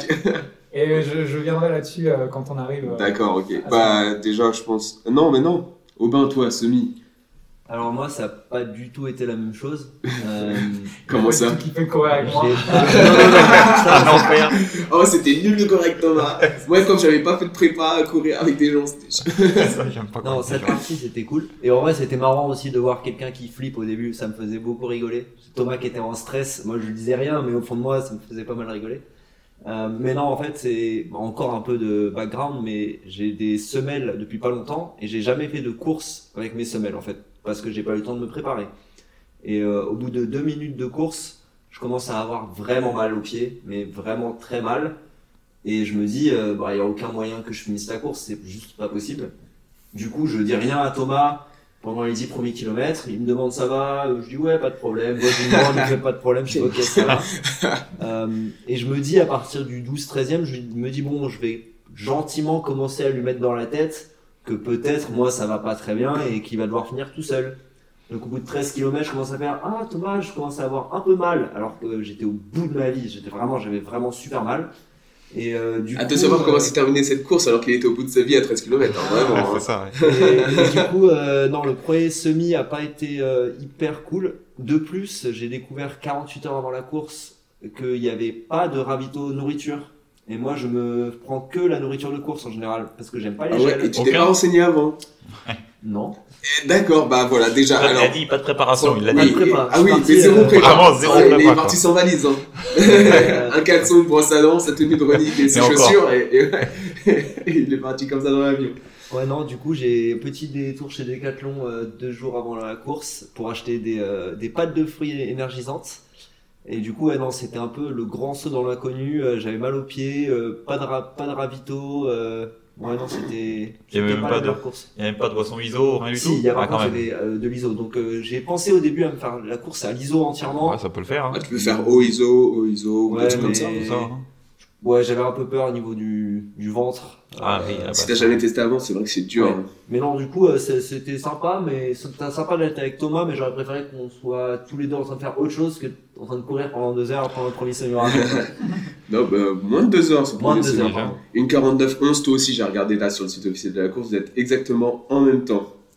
Et je, je viendrai là-dessus euh, quand on arrive. euh. D'accord, ok. Ah, Bah, déjà, je pense. Non, mais non. Aubin, toi, semi. Alors moi, ça n'a pas du tout été la même chose. Euh, Comment ça? Qui peut courir avec moi. j'ai pas- non, non, non, ça, Un enfer. Oh, c'était nul de correct, Thomas. Moi, comme j'avais pas fait de prépa à courir avec des gens, c'était chiant. Ça, j'aime pas Non, quand cette c'est partie c'était cool. Et en vrai, c'était marrant aussi de voir quelqu'un qui flippe au début. Ça me faisait beaucoup rigoler. Thomas qui était en stress, moi je lui disais rien, mais au fond de moi, ça me faisait pas mal rigoler. Euh, mais non, en fait, c'est encore un peu de background, mais j'ai des semelles depuis pas longtemps et j'ai jamais fait de course avec mes semelles en fait, parce que j'ai pas eu le temps de me préparer. Et euh, au bout de deux minutes de course, je commence à avoir vraiment mal aux pieds, mais vraiment très mal. Et je me dis, euh, bah, il y a aucun moyen que je finisse la course, c'est juste pas possible. Du coup, je dis rien à Thomas pendant les dix premiers kilomètres. Il me demande ça va, je dis ouais, pas de problème. Moi, je lui demande, il me fait pas de problème, je dis ok, ça va. Euh, et je me dis à partir du douze treizième, je me dis bon, je vais gentiment commencer à lui mettre dans la tête que peut-être moi ça va pas très bien et qu'il va devoir finir tout seul. Donc au bout de treize kilomètres, je commence à faire ah Thomas, je commence à avoir un peu mal alors que j'étais au bout de ma vie, j'étais vraiment, j'avais vraiment super mal. Et euh, du Hâte coup, de savoir euh, comment s'est terminée cette course alors qu'il était au bout de sa vie à treize kilomètres. Hein, Ouais, vraiment. c'est hein. ça, ouais. Et, et du coup, euh, non, le premier semi a pas été euh, hyper cool. De plus, j'ai découvert quarante-huit heures avant la course qu'il n'y avait pas de ravito nourriture. Et moi, je me prends que la nourriture de course en général parce que j'aime pas les Ah ouais, gels. et tu t'es Aucun. pas renseigné avant? Non. Eh, D'accord, bah voilà, déjà. Il alors, a dit pas de préparation, il l'a Pas oui, de dit. prépa. ah oui, Je suis mais parti, zéro euh, prépa. Vraiment, zéro Ah, il prépa, est quoi. parti sans valise. Hein. Euh, Un caleçon, une brosse à dents, sa tenue de running et ses Et encore. chaussures. Et, et ouais. Et il est parti comme ça dans l'avion. Ouais, non, du coup, j'ai un petit détour chez Decathlon euh, deux jours avant la course pour acheter des, euh, des pâtes de fruits énergisantes. Et du coup, ouais, non, c'était un peu le grand saut dans l'inconnu. Euh, j'avais mal aux pieds, euh, pas, de ra- pas de ravito. Euh... Ouais, non, c'était Il y avait c'était même pas pas la de- meilleure course. Il n'y a même pas de boisson iso, rien du Si, tout. il y a Ah, par quand contre même. j'avais, euh, de l'I S O. Donc euh, j'ai pensé au début à me faire la course à l'I S O entièrement. Ouais, ça peut le faire. Hein. Ah, tu peux faire O I S O, O I S O, ou Ouais, des trucs comme mais- ça. Tout ça, hein. Ouais, j'avais un peu peur au niveau du, du ventre. Ah oui, Euh, là-bas. Si t'as jamais testé avant, c'est vrai que c'est dur. Ouais. hein. Mais non, du coup, euh, c'est- c'était sympa, mais c'était sympa d'être avec Thomas, mais j'aurais préféré qu'on soit tous les deux en train de faire autre chose que en train de courir pendant deux heures pendant le premier semi-marathon. Non, bah, moins de deux heures. c'est Moins de premier, deux c'est heures, bien. pardon. Une quarante-neuf onze, toi aussi, j'ai regardé là sur le site officiel de la course, vous êtes exactement en même temps.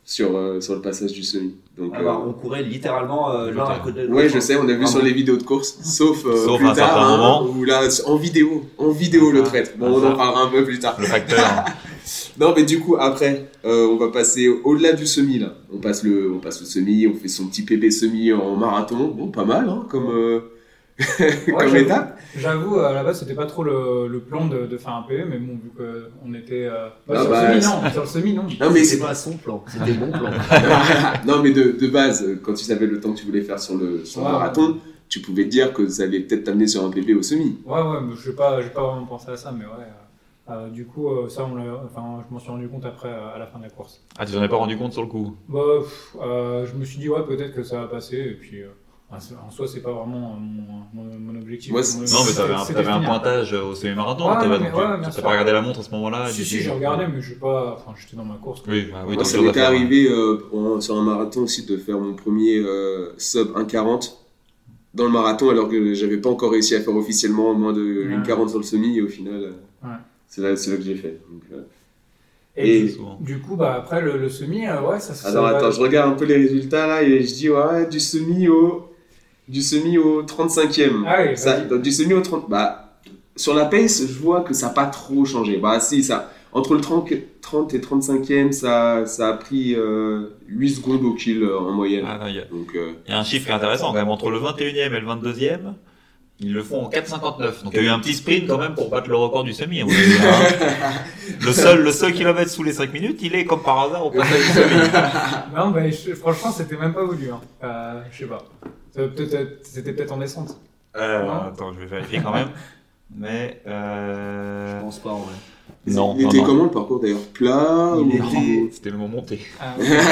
sur, euh, sur le passage du semi. Donc, Alors, euh, on courait littéralement euh, l'un à côté de l'autre. ouais, je sais, on a vu Ah sur bon. les vidéos de course, sauf, euh, Sauf plus à un tard, certain hein, moment. où là, en vidéo, en vidéo le Ah, traître. Bon, ah, on ça. en parlera un peu plus tard. Le facteur. Non, mais du coup, après, euh, on va passer au-delà du semi, là. On passe le, on passe le semi, on fait son petit pépé semi en marathon. Bon, pas mal, hein, comme, euh, comme j'avoue. étape. J'avoue, à la base, c'était pas trop le, le plan de, de faire un P V, mais bon, vu qu'on était euh, Ah sur, bah, le semi, non, sur le semi, non. Non, mais c'est C'était pas son plan, c'était mon plan. non, mais de, de base, quand tu savais le temps que tu voulais faire sur le, sur le Ouais. marathon, tu pouvais te dire que ça allait peut-être t'amener sur un P P au semi. Ouais, ouais, mais je n'ai pas, j'ai pas vraiment pensé à ça, mais ouais. euh, euh, du coup, euh, ça, on l'a- enfin, je m'en suis rendu compte après, euh, à la fin de la course. Ah, tu t'en es pas rendu compte sur le coup. Bah, pff, euh, je me suis dit, ouais, peut-être que ça va passer, et puis euh, en soi, c'est pas vraiment euh, mon, mon, mon objectif. Moi, Mon c'est- Non, mais objectif, t'avais un, c'était t'avais un finir. pointage au semi-marathon. Ouais, t'avais- non, mais donc, ouais, tu- bien T'as sûr. pas regardé la montre à ce moment-là. Si, tu si, dis- j'ai regardé, mais je pas, enfin, j'étais dans ma course. quoi. Oui, bah, oui, Moi, t'as ça autre chose à m'était faire, hein. arrivé euh, en- sur un marathon aussi de faire mon premier euh, sub un quarante dans le marathon, alors que j'avais pas encore réussi à faire officiellement moins de Ouais. une quarante sur le semi, et au final, euh, Ouais. c'est là, c'est là que j'ai fait. Donc, euh. Et, Et- du, souvent. du coup, bah, après, le, le semi, euh, ouais, ça ça Alors va- attends, je regarde un peu les résultats là, et je dis ouais, du semi au, du semi au trente-cinquième. Ah oui, Ça, vas-y. donc, du semi au trente. Bah, sur la pace, je vois que ça n'a pas trop changé. Bah, si, ça. Entre le trente, trente et trente-cinquième, ça, ça a pris euh, huit secondes au kill euh, en moyenne. Ah, non, il y a- Donc, euh, il y a un chiffre qui est intéressant quand même. Entre le vingt et unième et le vingt-deuxième, ils le font en quatre cinquante-neuf. Donc il y a eu un petit sprint quand même pour battre le record du semi. à mon avis, hein. Le seul, le seul kilomètre sous les cinq minutes, il est comme par hasard au passage du semi. Non, bah, je- franchement, c'était même pas voulu. Hein. Euh, je sais pas. Ça peut peut-être- C'était peut-être en descente. Euh, Non. attends, je vais vérifier quand même. Mais euh... Je pense pas en vrai. non, il non, était non. comment le parcours d'ailleurs? Plat Il ou était- C'était le moment monté. Ah,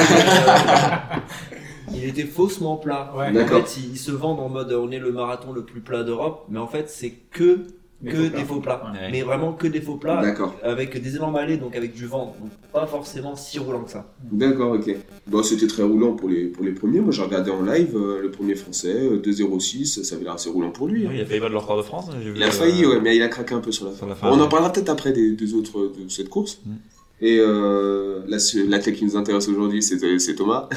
Il était faussement plat. Ouais. En D'accord. fait, ils, ils se vendent en mode on est le marathon le plus plat d'Europe, mais en fait, c'est que, Des que faux plats. des faux plats. Ouais. Mais vraiment que des faux plats, D'accord, avec des élans malais, donc avec du vent. Donc pas forcément si roulant que ça. d'accord, ok. Bon, c'était très roulant pour les, pour les premiers. Moi, j'ai regardé en live euh, le premier français, euh, deux zéro six, ça avait l'air assez roulant pour lui. hein. Oui, il a failli battre le record de France. j'ai vu, Il a euh, failli, ouais, mais il a craqué un peu sur la fin. sur la fin, On en ouais. parlera peut-être après des, des autres de cette course. Mm. Et euh, là, c'est- l'athlète qui nous intéresse aujourd'hui, c'est, c'est Thomas.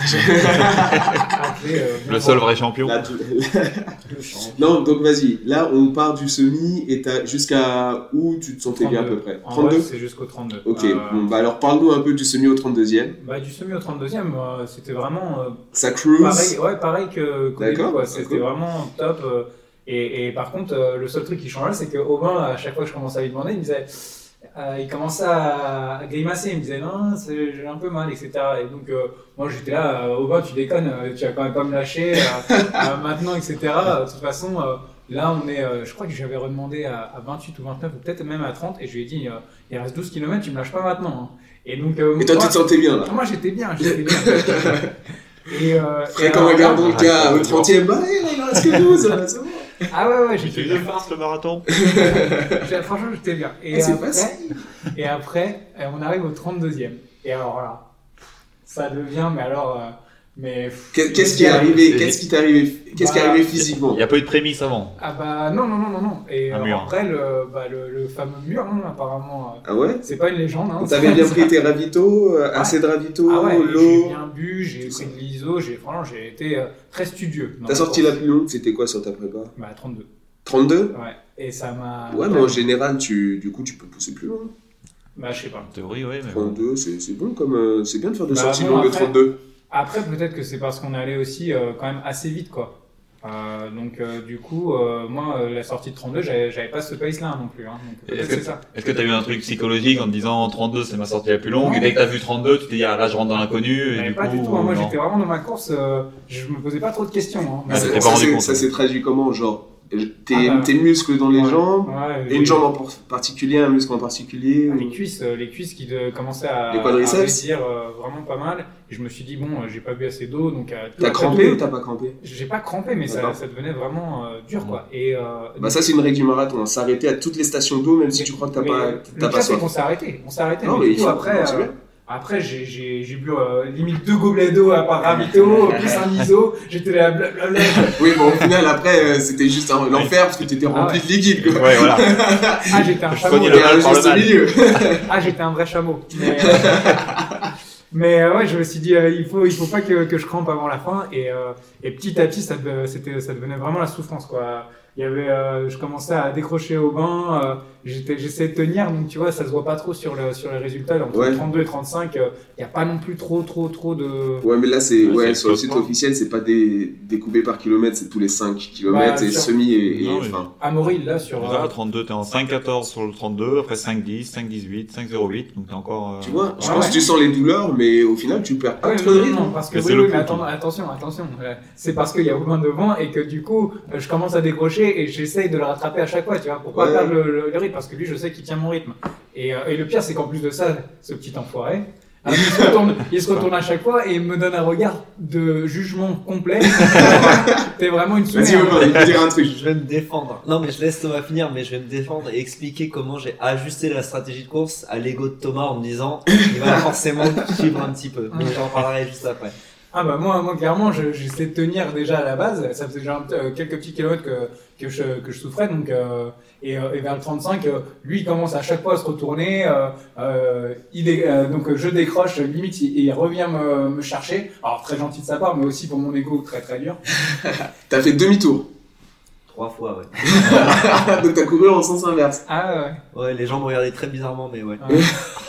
Appelé, euh, bien Le seul vendu. vrai champion. Là, tu- Le champ. non, donc vas-y. Là, on part du semi et t'as- jusqu'à où tu te sentais bien à peu trente-deux. près En trente-deux. vrai, c'est jusqu'au trente-deux. Ok, Euh, bon, bah alors parle-nous un peu du semi au trente-deuxième. bah, du semi au trente-deuxième, euh, c'était vraiment euh, Ça cruise. pareil, ouais, pareil que qu'au début, D'accord, quoi. C'était cool. vraiment top. euh, et, et par contre, euh, le seul truc qui changeait, c'est que Aubin, à chaque fois que je commençais à lui demander, il me disait. Euh, il commençait à, à grimacer, il me disait non, c'est- j'ai un peu mal, et cetera. Et donc, euh, moi j'étais là, euh, Aubin, tu déconnes, euh, tu vas quand même pas me lâcher euh, euh, maintenant, et cetera. De toute façon, euh, là on est, euh, je crois que j'avais redemandé à, à vingt-huit ou vingt-neuf, ou peut-être même à trente, et je lui ai dit, euh, il reste douze kilomètres, tu me lâches pas maintenant. hein. Et donc, euh, Et toi, moi, tu te sentais bien là. moi j'étais bien, j'étais bien. et, euh, Frais et comme alors un là- gardon le Ah, gars ça au va, trentième. Bah, eh, là, il en reste que douze. là, c'est bon. Ah ouais, ouais, J'ai j'étais eu bien. de farce le marathon. J'ai- Franchement, j'étais bien. Et Ah, c'est après, facile. et après, euh, on arrive au trente-deuxième. Et alors là, ça devient, mais alors, euh, mais. Qu'est- Qu'est-ce qui est arrivé Et- Qu'est-ce qui t'est arrivé Qu'est-ce qui est Bah, arrivé physiquement? Il n'y a pas eu de prémisse avant. Ah bah non, non, non, non, non. Et Un euh, mur. après, le, bah, le, le fameux mur, hein, apparemment, euh, Ah ouais? c'est pas une légende. Hein, T'avais bien Ça- pris tes ravitaux, euh, assez de ravitaux, Ah ouais, j'ai l'eau. bien bu, j'ai tout pris ça. de l'I S O, j'ai, franchement, j'ai été euh, très studieux. dans T'as la sorti course. la plus longue, c'était quoi sur ta prépa? Bah trente-deux. trente-deux? Ouais. Et ça m'a. Ouais, mais en général, tu, du coup, tu peux pousser plus loin. Bah je sais pas. En théorie, oui. Mais bon. trente-deux, c'est c'est bon comme. euh, c'est bien de faire des Bah, sorties bon, longues de après- trente-deux. Après, peut-être que c'est parce qu'on est allé aussi euh, quand même assez vite, quoi. Euh, donc, euh, du coup, euh, moi, euh, la sortie de trente-deux, j'avais, j'avais pas ce pace-là non plus. Hein, donc, peut-être Est-ce c'est que, ça. est-ce que tu as eu un truc psychologique en te disant trente-deux c'est ma sortie la plus longue Non. et dès que tu as vu trente-deux tu t'es dit ah là je rentre dans l'inconnu et Mais du pas coup du tout. hein. Moi, non. j'étais vraiment dans ma course. euh, je me posais pas trop de questions. Hein. Ah, Ça, t'es pas ça, rendu c'est- compte, ça ouais. s'est traduit comment? Genre, tes, Ah bah. tes muscles dans les Ouais. jambes, Ouais, et j'ai- une jambe en por- particulier, un muscle en particulier? Ah, ou- les cuisses, euh, les cuisses qui de- commençaient à, Les à quadriceps dire vraiment pas mal. Et je me suis dit bon, euh, j'ai pas bu assez d'eau, donc. euh, tout- T'as tout- crampé tout- ou t'as pas crampé? J'ai pas crampé, mais ça, D'accord. ça devenait vraiment euh, dur, quoi. Et euh, Bah, ça, c'est une règle du marathon, hein. S'arrêter à toutes les stations d'eau, même si mais- tu crois que t'as mais pas, le t'as pas pire, c'est soif. qu'on s'est arrêté. On s'est arrêté. Non, mais mais du il coup, faut, après. c'est euh, bien. Après, j'ai, j'ai, j'ai bu euh, limite deux gobelets d'eau à part ravito, plus un I S O. J'étais là, blablabla. Oui, bon, au final, après, euh, c'était juste un- l'enfer parce que t'étais rempli ouais. de liquide, quoi. Ouais, voilà. Ah, j'étais un Je chameau. connais Il le y a mal un par le juste mal. milieu. Ah, j'étais un vrai chameau. Mais, euh, Mais euh, ouais, je me suis dit, euh, il faut, il faut pas que, que je crampe avant la fin. Et, euh, et petit à petit, ça, de- c'était, ça devenait vraiment la souffrance, quoi. Il y avait, euh, je commençais à décrocher au bain, euh, j'étais, j'essayais de tenir, donc tu vois, ça se voit pas trop sur, le, sur les résultats. Entre Ouais. trente-deux et trente-cinq, il n'y a pas non plus trop, trop, trop de. Ouais, mais là, c'est, Ouais, ouais, c'est sur le le site classement. officiel, c'est pas des, découpé par kilomètre, c'est tous les cinq kilomètres Bah, et sur- semi et, et Non, mais- enfin. Amaury, là, sur. Là, euh, trente-deux, t'es en cinq quatorze sur le trente-deux, après cinq dix, cinq dix-huit, cinq zéro huit, donc t'es encore. euh, Tu vois, je Ah pense ouais. que tu sens les douleurs, mais au final, tu perds pas Ouais, trop non, de non, rythme. non, parce que Mais oui, c'est le oui, mais coup, attends, attention, attention. euh, C'est parce qu'il y a Aubin devant et que du coup, euh, je commence à décrocher et j'essaye de le rattraper à chaque fois, tu vois, pour pas Ouais. perdre le, le- le rythme, parce que lui, je sais qu'il tient mon rythme. Et, euh, et le pire, c'est qu'en plus de ça, ce petit enfoiré, euh, il, se retourne, il se retourne à chaque fois et me donne un regard de jugement complet. T'es vraiment une Vas-y, souris. Aubin, il peut dire un truc. Je vais me défendre. Non, mais je laisse Thomas finir, mais je vais me défendre et expliquer comment j'ai ajusté la stratégie de course à l'ego de Thomas en me disant il va forcément suivre un petit peu. Mais j'en parlerai juste après. Ah bah moi, moi clairement, je- j'essaie de tenir déjà à la base. Ça faisait déjà un- euh, quelques petits kilomètres que, que, je, que je souffrais. Donc, euh, et, euh, et vers le trente-cinq, euh, lui, il commence à chaque fois à se retourner. Euh, euh, il dé- euh, donc euh, je décroche, limite, il, il revient me, me chercher. Alors très gentil de sa part, mais aussi pour mon ego très très dur. T'as fait demi-tour. Trois fois, ouais. Donc t'as couru en sens inverse. Ah ouais. Ouais, les gens me regardaient très bizarrement, mais ouais. Ouais.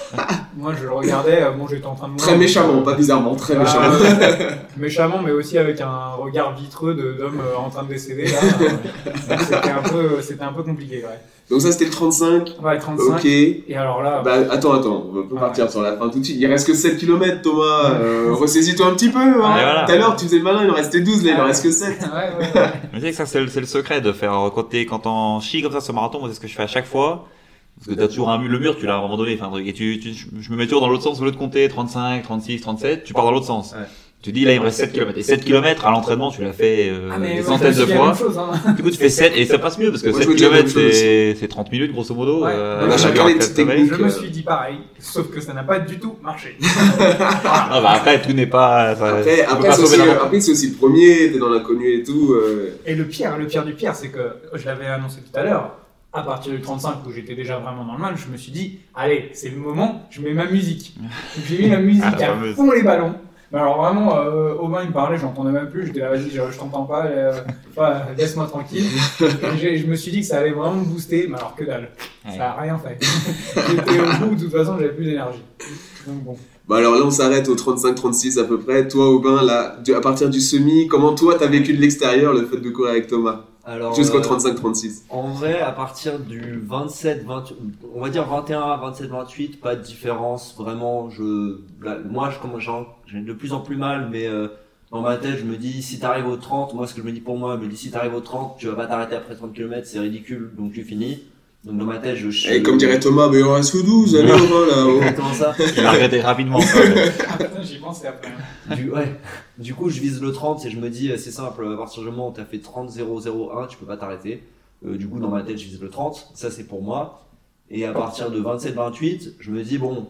Moi, je le regardais. euh, Bon, j'étais en train de mourir. Très méchamment, pas bizarrement, très Ah, méchamment. ouais. Méchamment, mais aussi avec un regard vitreux de- d'homme euh, en train de décéder. Là. Euh, donc c'était un peu, c'était un peu compliqué, ouais. Donc ça, c'était le trente-cinq. Ouais, trente-cinq. Ok. Et alors là, Bah attends, attends, on va pas Ah partir sur la fin tout de suite. Il reste que sept kilomètres, Thomas. Euh, ressaisis-toi un petit peu. Hein. Ouais, voilà. Tout à l'heure, tu faisais le malin, il en restait douze, là, il en Ah, reste que sept. ouais, ouais, ouais. Mais tu sais que ça, c'est le, c'est le secret de faire, quand t'es, quand on chie comme ça sur marathon, moi, c'est ce que je fais à chaque fois. Parce que t'as toujours un mur, le mur, tu l'as à un moment donné, enfin, un truc, et tu, tu, je me mets toujours dans l'autre sens, au lieu de compter trente-cinq, trente-six, trente-sept, tu pars dans l'autre sens. Ouais. Tu dis, là, il me reste sept kilomètres. Et sept kilomètres, à l'entraînement, tu l'as fait, euh, Ah, mais des moi, centaines je me de suis dit la fois. même chose, hein. Du coup, tu fais sept, et ça passe mieux, parce que Moi, je sept me dis la même kilomètres, chose c'est, c'est trente minutes, grosso modo. Ouais. euh, On a chacun avec les la petites semaine. techniques. Je me euh, suis dit pareil, sauf que ça n'a pas du tout marché. Ah, bah, après, tout n'est pas, ça- Après, on peut après, pas c'est sauver aussi, n'importe euh, après, c'est aussi le premier, t'es dans l'inconnu et tout. euh. Et le pire, le pire du pire, c'est que je l'avais annoncé tout à l'heure. À partir du trente-cinq, où j'étais déjà vraiment dans le mal, je me suis dit, allez, c'est le moment, je mets ma musique. Donc, j'ai mis la musique Ah, la à fameuse. fond les ballons. Mais alors vraiment, euh, Aubin il me parlait, je l'entendais même plus, j'étais là, vas-y, je, je t'entends pas, euh, enfin, laisse-moi tranquille. Et j'ai- je me suis dit que ça allait vraiment me booster, mais alors que dalle, Ouais. ça a rien fait. J'étais au bout, de toute façon, j'avais plus d'énergie. Donc bon. Bah alors là, on s'arrête au trente-cinq trente-six à peu près. Toi, Aubin, là, du- à partir du semi, comment toi, t'as vécu de l'extérieur le fait de courir avec Thomas Alors, jusqu'au euh, trente-cinq trente-six? En vrai, à partir du vingt-sept, vingt, on va dire vingt et un à vingt-sept, vingt-huit, pas de différence. Vraiment, je, là, moi, je commence, j'ai j'ai de plus en plus mal, mais euh, dans ma tête, je me dis, si t'arrives au trente, moi, ce que je me dis pour moi, je me dis, si t'arrives au trente, tu vas pas t'arrêter après trente kilomètres, c'est ridicule, donc tu finis. Donc dans ma tête, je chie. Et comme dirait Thomas, mais il en reste que douze, allez, Aubin, là. oh. Exactement ça. Il a arrêté rapidement. ça. Ah putain, j'y pensais après. Du, ouais. Du coup, je vise le trente et je me dis, euh, c'est simple, à partir du moment où tu as fait trente zéro zéro un, tu peux pas t'arrêter. Euh, du coup, dans ma tête, je vise le trente, ça c'est pour moi. Et à partir de vingt-sept vingt-huit, je me dis, bon,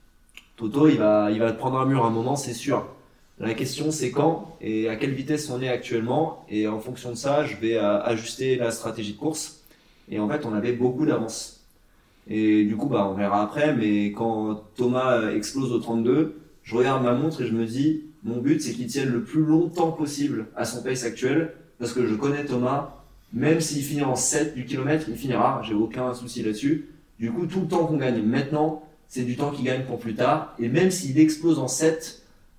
Toto, il va, il va te prendre un mur à un moment, c'est sûr. La question, c'est quand et à quelle vitesse on est actuellement. Et en fonction de ça, je vais euh, ajuster la stratégie de course. Et en fait, on avait beaucoup d'avance. Et du coup, bah, on verra après, mais quand Thomas euh, explose au trente-deux, je regarde ma montre et je me dis, mon but c'est qu'il tienne le plus longtemps possible à son pace actuel, parce que je connais Thomas, même s'il finit en sept du kilomètre, il finira, j'ai aucun souci là-dessus. Du coup, tout le temps qu'on gagne maintenant, c'est du temps qu'il gagne pour plus tard, et même s'il explose en sept,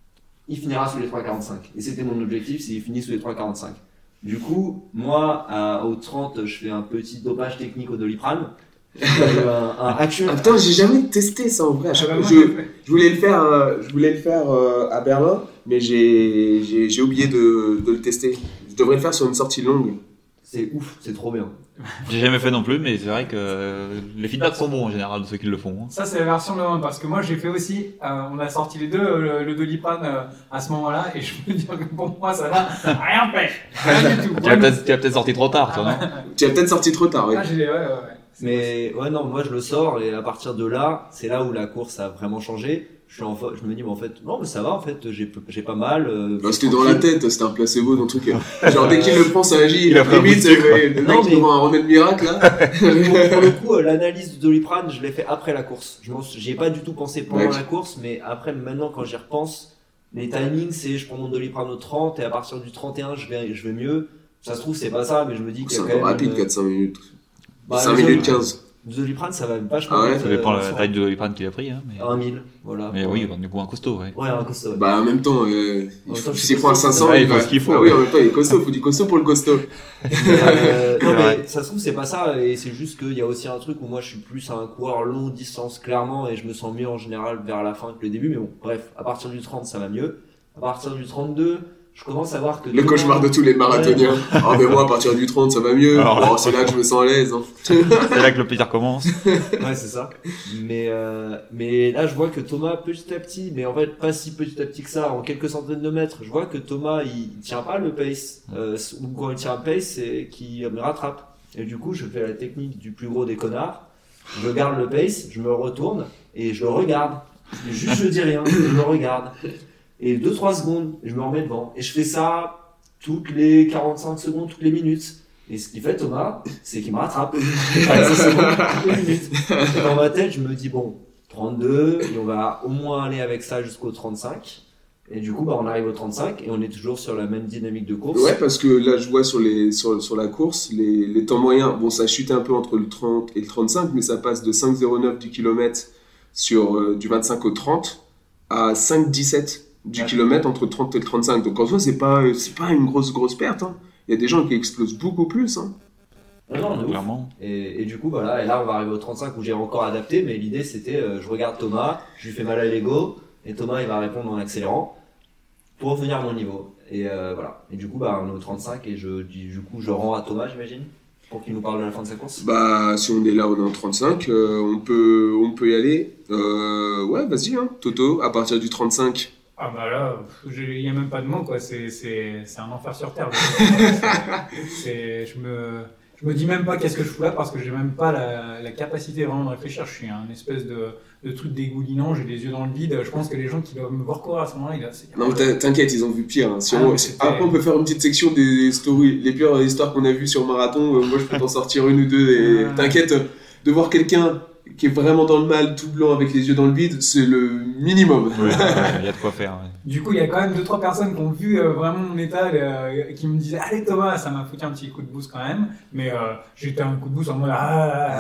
il finira sous les trois quarante-cinq. Et c'était mon objectif, c'est qu'il finisse sous les trois quarante-cinq. Du coup, moi, à, au trente, je fais un petit dopage technique au Doliprane. Je fais un, un action. Ah putain, j'ai jamais testé ça en vrai. À chaque Ah, fois, bah, je, moi, j'ai fait. je voulais le faire, euh, je voulais le faire euh, à Berlin, mais j'ai, j'ai, j'ai oublié de, de le tester. Je devrais le faire sur une sortie longue. C'est ouf, c'est trop bien. J'ai jamais fait non plus, mais c'est vrai que euh, les feedbacks sont bons en général de ceux qui le font. hein. Ça, c'est la version de un, parce que moi, j'ai fait aussi, euh, on a sorti les deux, euh, le, le Doliprane euh, à ce moment-là, et je peux dire que pour moi, ça n'a rien fait. Rien du tout. Tu l'as peut-être, tu l'as peut-être sorti trop tard, toi, non? Tu as peut-être sorti trop tard, oui. Ah, j'ai, ouais, ouais, ouais. C'est Mais ouais, non, moi je le sors et à partir de là, c'est là où la course a vraiment changé. je suis en fa- je me dis mais en fait non mais ça va en fait j'ai j'ai pas mal. Euh, bah, c'était dans la tête, c'était un placebo dans le truc. Genre dès qu'il le prend ça agit, Il a pris un limite bout de sucre. c'est le Non, mec qui mais- voit un remède miracle là. pour, pour le coup, euh, l'analyse du Doliprane, je l'ai fait après la course. Je m'en suis- j'y ai pas du tout pensé pendant Ouais. la course, mais après, maintenant, quand j'y repense, les timings, c'est je prends mon Doliprane au trente et à partir du trente et un, je vais, je vais mieux. Ça se trouve, c'est pas ça, mais je me dis qu'il y C'est a un quand peu même. rapide, une- quatre cinq minutes. Bah, cinq le minutes Doliprane- quinze. Le Doliprane, ça va vachement Ah ouais, vite, Ça dépend de euh, la sans- taille de Doliprane qu'il a pris. Hein, mais... un mille, voilà. mais oui, du coup, un costaud. Ouais. Ouais, un costaud. ouais. Bah en même temps, euh, En même il temps, faut- je s'il suis prend un costaud, cinq cents, ouais, il il faut va- ce qu'il faut, Ah ouais. oui, en même temps, il est costaud, faut du costaud pour le costaud. Euh, non, C'est vrai. mais ça se trouve, c'est pas ça, et c'est juste qu'il y a aussi un truc où moi je suis plus un coureur longue distance, clairement, et je me sens mieux en général vers la fin que le début, mais bon, bref, à partir du trente, ça va mieux. À partir du trente-deux, je commence à voir que. Le cauchemar de tous les marathoniens. Ah mais moi à partir du trente ça va mieux. Alors, Bon, c'est là que je me sens à l'aise. hein. C'est là que le plaisir commence. Ouais, c'est ça. Mais, euh, mais là, je vois que Thomas, petit à petit, mais en fait, pas si petit à petit que ça, en quelques centaines de mètres, je vois que Thomas, il, il tient pas le pace. Euh, ou quand il tient un pace, c'est qu'il me rattrape. Et du coup, je fais la technique du plus gros des connards. Je garde le pace, je me retourne et je le regarde. Et juste, je dis rien, je le regarde. Et deux trois secondes, je me remets devant. Et je fais ça toutes les quarante-cinq secondes, toutes les minutes. Et ce qu'il fait Thomas, c'est qu'il me rattrape. quarante-cinq secondes, toutes les minutes. Et dans ma tête, je me dis bon, trente-deux, et on va au moins aller avec ça jusqu'au trente-cinq. Et du coup, bah, on arrive au trente-cinq et on est toujours sur la même dynamique de course. Ouais, parce que là je vois sur, les, sur, sur la course, les, les temps moyens, bon ça chute un peu entre le trente et le trente-cinq, mais ça passe de cinq zéro neuf du kilomètre sur euh, du vingt-cinq au trente à cinq dix-sept du Ouais. kilomètre entre le trente et le trente-cinq. Donc en soi, c'est pas, c'est pas une grosse grosse perte. hein. Il y a des gens qui explosent beaucoup plus. Hein. Ah non, de ouf. Clairement. Et, et du coup, voilà, et là on va arriver au trente-cinq où j'ai encore adapté, mais l'idée c'était, euh, je regarde Thomas, je lui fais mal à l'ego, et Thomas il va répondre en accélérant pour revenir à mon niveau. Et euh, voilà. Et du coup, bah, on est au trente-cinq et je, du du coup, je rends à Thomas, j'imagine, pour qu'il nous parle de la fin de sa course. Bah, si on est là, on est en trente-cinq, euh, on, peut, on peut y aller. Euh, ouais, vas-y, hein, Toto, à partir du trente-cinq. Ah bah là, il n'y a même pas de mots, quoi. C'est, c'est, c'est un enfer sur terre. C'est, c'est, je me, je me dis même pas qu'est-ce que je fous là parce que j'ai même pas la, la capacité vraiment de réfléchir. Je suis un espèce de, de truc dégoulinant, j'ai les yeux dans le vide. Je pense que les gens qui doivent me voir courir à ce moment-là, il a, c'est Non, mais t'inquiète, ils ont vu pire. Hein. Si Ah, on- mais c'était- Après, on peut faire une petite section des stories, les pires histoires qu'on a vues sur marathon. Euh, moi, je peux t'en sortir une ou deux. Et Ouais. t'inquiète, de voir quelqu'un qui est vraiment dans le mal, tout blanc, avec les yeux dans le vide, c'est le minimum. Il ouais, ouais, y a de quoi faire. Ouais. Du coup, il y a quand même deux trois personnes qui ont vu euh, vraiment mon état, euh, qui me disaient allez Thomas, ça m'a foutu un petit coup de boost quand même, mais euh, j'étais un coup de boost en mode ah.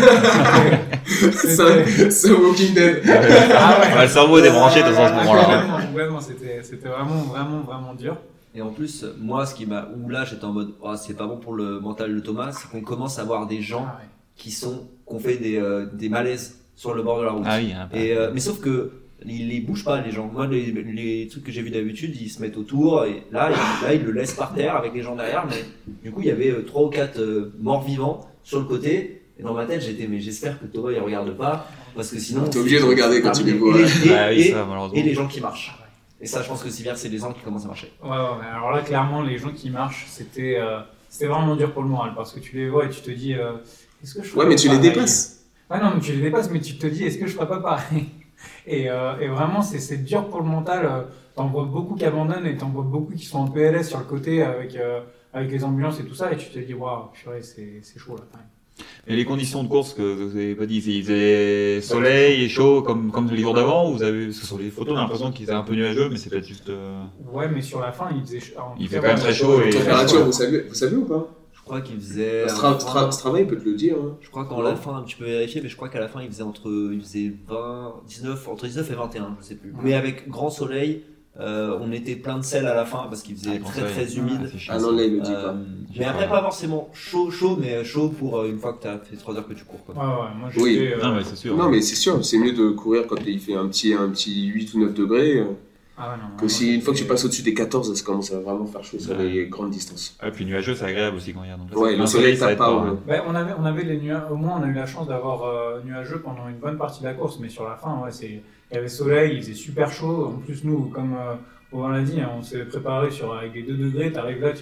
c'est un- c'est un Walking Dead. Ah ouais. Ouais, le cerveau est débranché de ce Ah, moment-là. complètement, complètement, c'était, c'était vraiment, vraiment, vraiment dur. Et en plus, moi, ce qui m'a. Où là, j'étais en mode, oh, c'est pas bon pour le mental de Thomas, c'est qu'on commence à voir des gens Ah ouais. qui sont. Qu'on fait des, euh, des malaises sur le bord de la route. Ah oui, hein, Et, euh, mais sauf que ils, ils bougent pas les gens. Moi les, les trucs que j'ai vus d'habitude, ils se mettent autour et là, ils, là ils le laissent par terre avec les gens derrière. Mais du coup il y avait euh, trois ou quatre euh, morts vivants sur le côté. Et dans ma tête j'étais mais j'espère que Thomas il regarde pas parce que sinon T'es obligé de regarder quand tu les vois, Et, ouais. et- Bah oui, et- ça, malheureusement. et les gens qui marchent. Et ça je pense que c'est bien, c'est les gens qui commencent à marcher. Ouais, ouais, ouais. Alors là, clairement, les gens qui marchent, c'était, euh, c'était vraiment dur pour le moral parce que tu les vois et tu te dis euh, est-ce que je ferais Ouais, mais pas tu les pareil dépasses. Ouais, non, mais tu les dépasses, mais tu te dis, est-ce que je ferais pas pareil? Et, euh, et vraiment, c'est, c'est dur pour le mental. euh, T'en vois beaucoup qui abandonnent et t'en vois beaucoup qui sont en P L S sur le côté avec, euh, avec les ambulances et tout ça. Et tu te dis, waouh, purée, c'est, c'est chaud là quand même. Et les conditions de course que vous avez pas dit, il faisait soleil et chaud comme, comme les jours d'avant, ou vous avez, parce que sur les photos, on a l'impression qu'il faisait un peu nuageux, mais c'est peut-être juste. euh, Ouais, mais sur la fin, il faisait chaud. En Il tout fait cas, quand même très chaud et- Température, vous savez, vous savez ou pas Je crois qu'il faisait. Stra- Stra- Strava, il peut te le dire. Hein. Je crois qu'en la fin, tu peux vérifier, mais je crois qu'à la fin il faisait entre il faisait vingt, dix-neuf, entre dix-neuf et vingt et un, je sais plus. Ouais. Mais avec grand soleil, euh, on était plein de sel à la fin parce qu'il faisait Ah, grand très soleil. très humide. Ah, c'est chiant, Ah ça. non, là, il le dit Euh, pas. mais après pas forcément chaud chaud, mais chaud pour euh, une fois que tu as fait trois heures que tu cours quoi. Ouais, ouais, moi j'étais. Oui. euh, Non, mais c'est sûr. Non, mais c'est sûr, c'est mieux de courir quand il fait un petit, un petit huit ou neuf degrés. euh, Ah ouais, non, Que non, si une fois que tu c'était- passes au-dessus des quatorze, ça commence à vraiment faire chaud sur Ouais. les grandes distances. Et puis nuageux, c'est agréable aussi quand il y a. Donc, Ouais, c'est- le un soleil ça tape aide pas, hein. ouais. Ben, on avait, on avait les nuages, au moins on a eu la chance d'avoir euh, nuageux pendant une bonne partie de la course, mais sur la fin, ouais, c'est, il y avait soleil, il faisait super chaud. En plus, nous, comme euh, on l'a dit, hein, on s'est préparé sur, avec des deux degrés, t'arrives là, tu,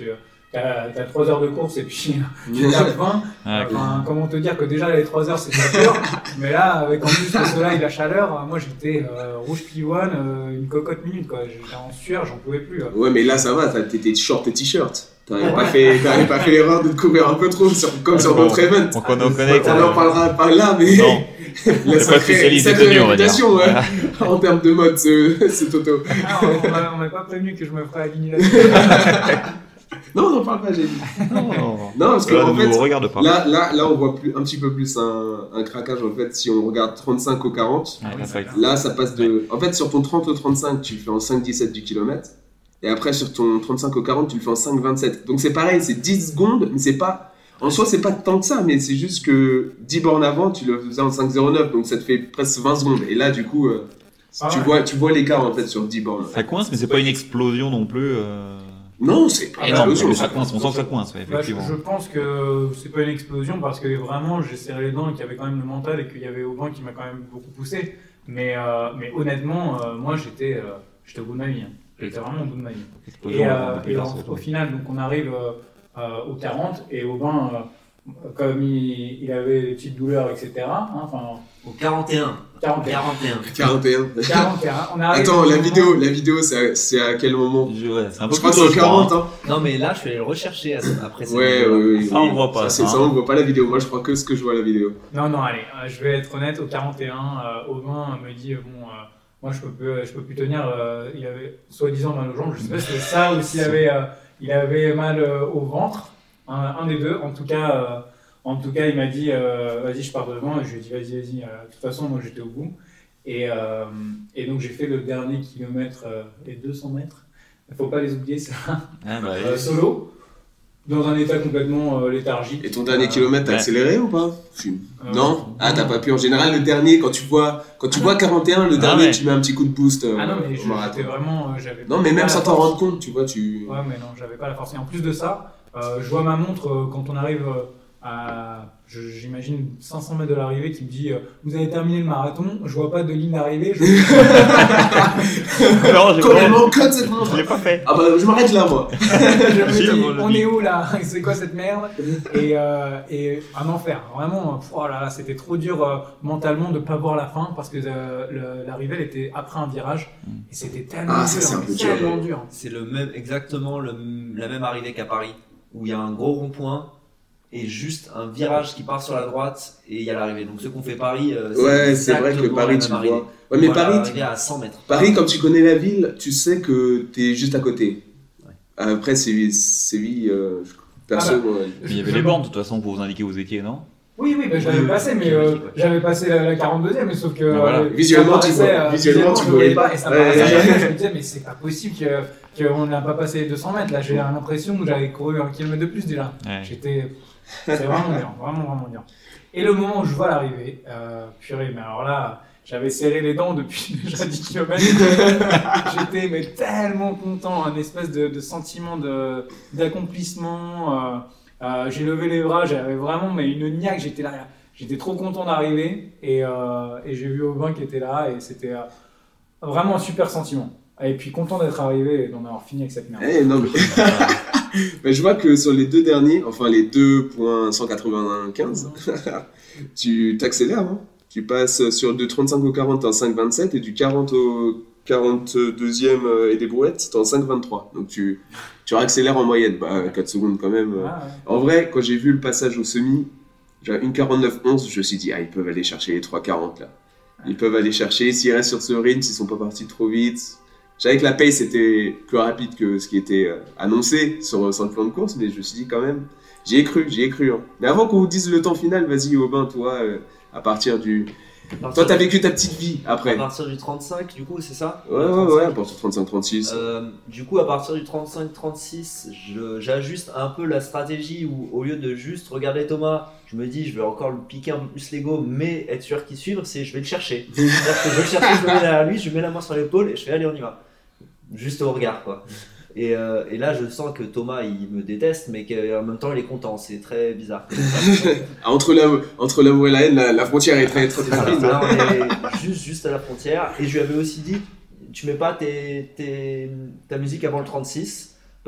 t'as, t'as trois heures de course et puis tu tapes vingt. Ah, Enfin, comment te dire que déjà les trois heures c'est déjà dur, mais là avec en plus le soleil, la chaleur, moi j'étais euh, rouge pivoine, euh, une cocotte minute quoi. J'étais en sueur, j'en pouvais plus. Là. Ouais, mais là ça va, t'étais short et t-shirt. T'avais Ouais. pas fait, t'avais pas fait l'erreur de te couvrir un peu trop, sur, comme sur bon, notre event. on connaît, on connaît. On en parlera pas là, mais Non, la c'est pas spécialité sacrée tenue, on va dire. réputation, ouais, Voilà. en termes de mode, ce, ce Toto. Ah, on m'a- on m'a pas prévenu que je me ferais aligner là-dessus. Non, on n'en parle pas, j'ai dit. Non, Non, parce que Là, en ne fait, nous regarde pas. là, là, là, on voit plus, un petit peu plus un, un craquage en fait. Si on regarde trente-cinq au quarante, Ouais, oui, la c'est fight. clair. là, ça passe de. En fait, sur ton trente au trente-cinq, tu le fais en cinq dix-sept du kilomètre. Et après, sur ton trente-cinq au quarante, tu le fais en cinq vingt-sept. Donc c'est pareil, c'est dix secondes, mais c'est pas. En soi, c'est pas tant que ça, mais c'est juste que dix bornes avant, tu le faisais en cinq zéro neuf, donc ça te fait presque vingt secondes. Et là, du coup, euh, Ah tu, ouais. vois, tu vois l'écart en fait sur dix bornes. Ça coince, mais c'est pas une explosion non plus. Euh... Non, c'est pas une énorme. explosion. Ça coince, on sent que ça coince, ouais, Bah, je, effectivement. je pense que c'est pas une explosion parce que vraiment j'ai serré les dents et qu'il y avait quand même le mental et qu'il y avait Aubin qui m'a quand même beaucoup poussé. Mais, euh, mais honnêtement, euh, moi j'étais, euh, j'étais au bout de ma vie. Hein. J'étais vraiment au bout de ma vie. Explosion, Et, un euh, peu plus et tard, en- c'est au tout. final, donc on arrive euh, euh, au quarante et Aubin, euh, comme il, il avait des petites douleurs, et cetera. Hein, enfin, Au quarante et un. quarante et un. quarante et un. quarante et un. quarante et un. On arrive Attends, au la moment- vidéo, la vidéo, c'est à, c'est à quel moment? Je- ouais, c'est un peu Je crois que plus c'est tôt, au quarante, crois, hein. Non, mais là, je vais le rechercher à- après cette Ouais, vidéo-là. ouais, ouais. Ça, on le voit pas, Ça, c'est ça, ça, hein. on voit pas la vidéo. Moi, je crois que ce que je vois à la vidéo. Non, non, allez, euh, je vais être honnête, au quarante et un, euh, Aubin me dit, euh, bon, euh, moi je peux, plus, je peux plus tenir, euh, il avait soi-disant mal aux jambes, je sais pas si c'est ça ou s'il avait, euh, il avait mal euh, au ventre, un, un des deux, en tout cas, euh, en tout cas il m'a dit, euh, vas-y je pars devant, et je lui ai dit, vas-y, vas-y, euh, de toute façon moi j'étais au bout, et, euh, et donc j'ai fait le dernier kilomètre, euh, les deux cents mètres, il faut pas les oublier ça, Ah, bah, euh, solo, dans un état complètement euh, léthargique. Et ton dernier Euh, kilomètre, t'as ouais. accéléré ou pas? euh, Non? Ah, t'as pas pu. En général, le dernier, quand tu vois, quand tu vois quarante et un, le Ah, dernier, ouais. tu mets un petit coup de boost euh, Ah non, mais au je- marathon. j'étais vraiment. euh, j'avais Non, mais pas même la sans t'en force. rendre compte, tu vois, tu. Ouais, mais non, j'avais pas la force. Et en plus de ça, euh, je vois ma montre euh, quand on arrive euh, à, je- j'imagine, cinq cents mètres de l'arrivée qui me dit euh, vous avez terminé le marathon, je vois pas de ligne d'arrivée. Je... Non, j'ai Quand pas- elle m'encode cette montre! je l'ai pas fait. Ah bah, je m'arrête là, moi. je me Si, dis bon, je on dis. est où là? C'est quoi cette merde? Et, euh, et un enfer. Vraiment, pff, oh là là, c'était trop dur euh, mentalement de pas voir la fin parce que euh, le- l'arrivée elle était après un virage et c'était tellement Ah, ça, dur, c'est un peu dur, tellement ouais. dur. C'est le même, exactement le, la même arrivée qu'à Paris, où il y a un gros rond-point et juste un virage qui part sur la droite et il y a l'arrivée. Donc ceux qui ont fait Paris, euh, Ouais, c'est vrai que exactement Paris, la tu même arrivée. vois. Ouais, mais Voilà, Paris, tu- arrivée à cent mètres. Paris, comme tu connais la ville, tu sais que t'es juste à côté. Ouais. Après, Séville, Séville euh, je- perso, Ah bah. moi, Mais il y avait les bornes, de toute façon, pour vous indiquer où vous étiez, non? Oui, oui, ben, je l'avais Oui, oui, passé, mais oui, euh, oui, oui. j'avais passé la, la quarante-deuxième, mais sauf que Mais voilà. euh, Visuellement, ça tu paraissait, vois- euh, visuellement, tu je voyais pas, pas. et ça Ouais. paraissait jamais. Je me disais, mais c'est pas possible que- qu'on n'a pas passé les deux cents mètres. Là, j'ai l'impression que j'avais couru un kilomètre de plus déjà. Ouais. J'étais, c'est vraiment dur, vraiment, vraiment dur. Et le moment où je vois l'arrivée, euh, purée, mais alors là, j'avais serré les dents depuis déjà dix kilomètres. J'étais mais tellement content, un espèce de, de sentiment de, d'accomplissement. Euh, euh, j'ai levé les bras, j'avais vraiment mais une niaque, j'étais là, j'étais trop content d'arriver et, euh, et j'ai vu Aubin qui était là et c'était euh, vraiment un super sentiment. Et puis content d'être arrivé et d'en avoir fini avec cette merde. Eh, non, mais... mais je vois que sur les deux derniers, enfin les deux virgule cent quatre-vingt-quinze, tu t'accélères, hein. Tu passes sur du trente-cinq au quarante en cinq vingt-sept et du quarante au quarante-deuxième euh, et des brouettes, c'était en cinq vingt-trois. Donc tu, tu accélères en moyenne, bah, quatre secondes quand même. euh. Ah, ouais. En vrai, quand j'ai vu le passage au semi, j'ai une quarante-neuf onze, je me suis dit, ah, ils peuvent aller chercher les trois quarante là. Ils peuvent aller chercher, s'ils restent sur ce rythme, s'ils sont pas partis trop vite. Je savais que la pace était plus rapide que ce qui était euh, annoncé sur, sur le plan de course, mais je me suis dit quand même, j'y ai cru, j'y ai cru. Hein. Mais avant qu'on vous dise le temps final, vas-y Aubin, toi, euh, à partir du... À Toi, partir t'as du- vécu ta petite vie À après. partir du trente-cinq, du coup, c'est ça? Ouais, ouais, ouais, à partir de trente-cinq trente-six. Euh, du coup, à partir du trente-cinq trente-six, je- j'ajuste un peu la stratégie où, au lieu de juste regarder Thomas, je me dis, je vais encore lui piquer un peu plus l'ego, mais être sûr qu'il suive, c'est je vais le chercher. C'est-à-dire que je vais le chercher, je me mets derrière lui, je mets la main sur l'épaule et je fais, allez, on y va. Juste au regard, quoi. Et, euh, et là, je sens que Thomas, il me déteste, mais qu'en même temps, il est content. C'est très bizarre. Ah, entre la- entre l'amour et la haine, la, la frontière est très très, très fine. Là, on est juste, juste à la frontière. Et je lui avais aussi dit, tu mets pas tes, tes, ta musique avant le trente-six,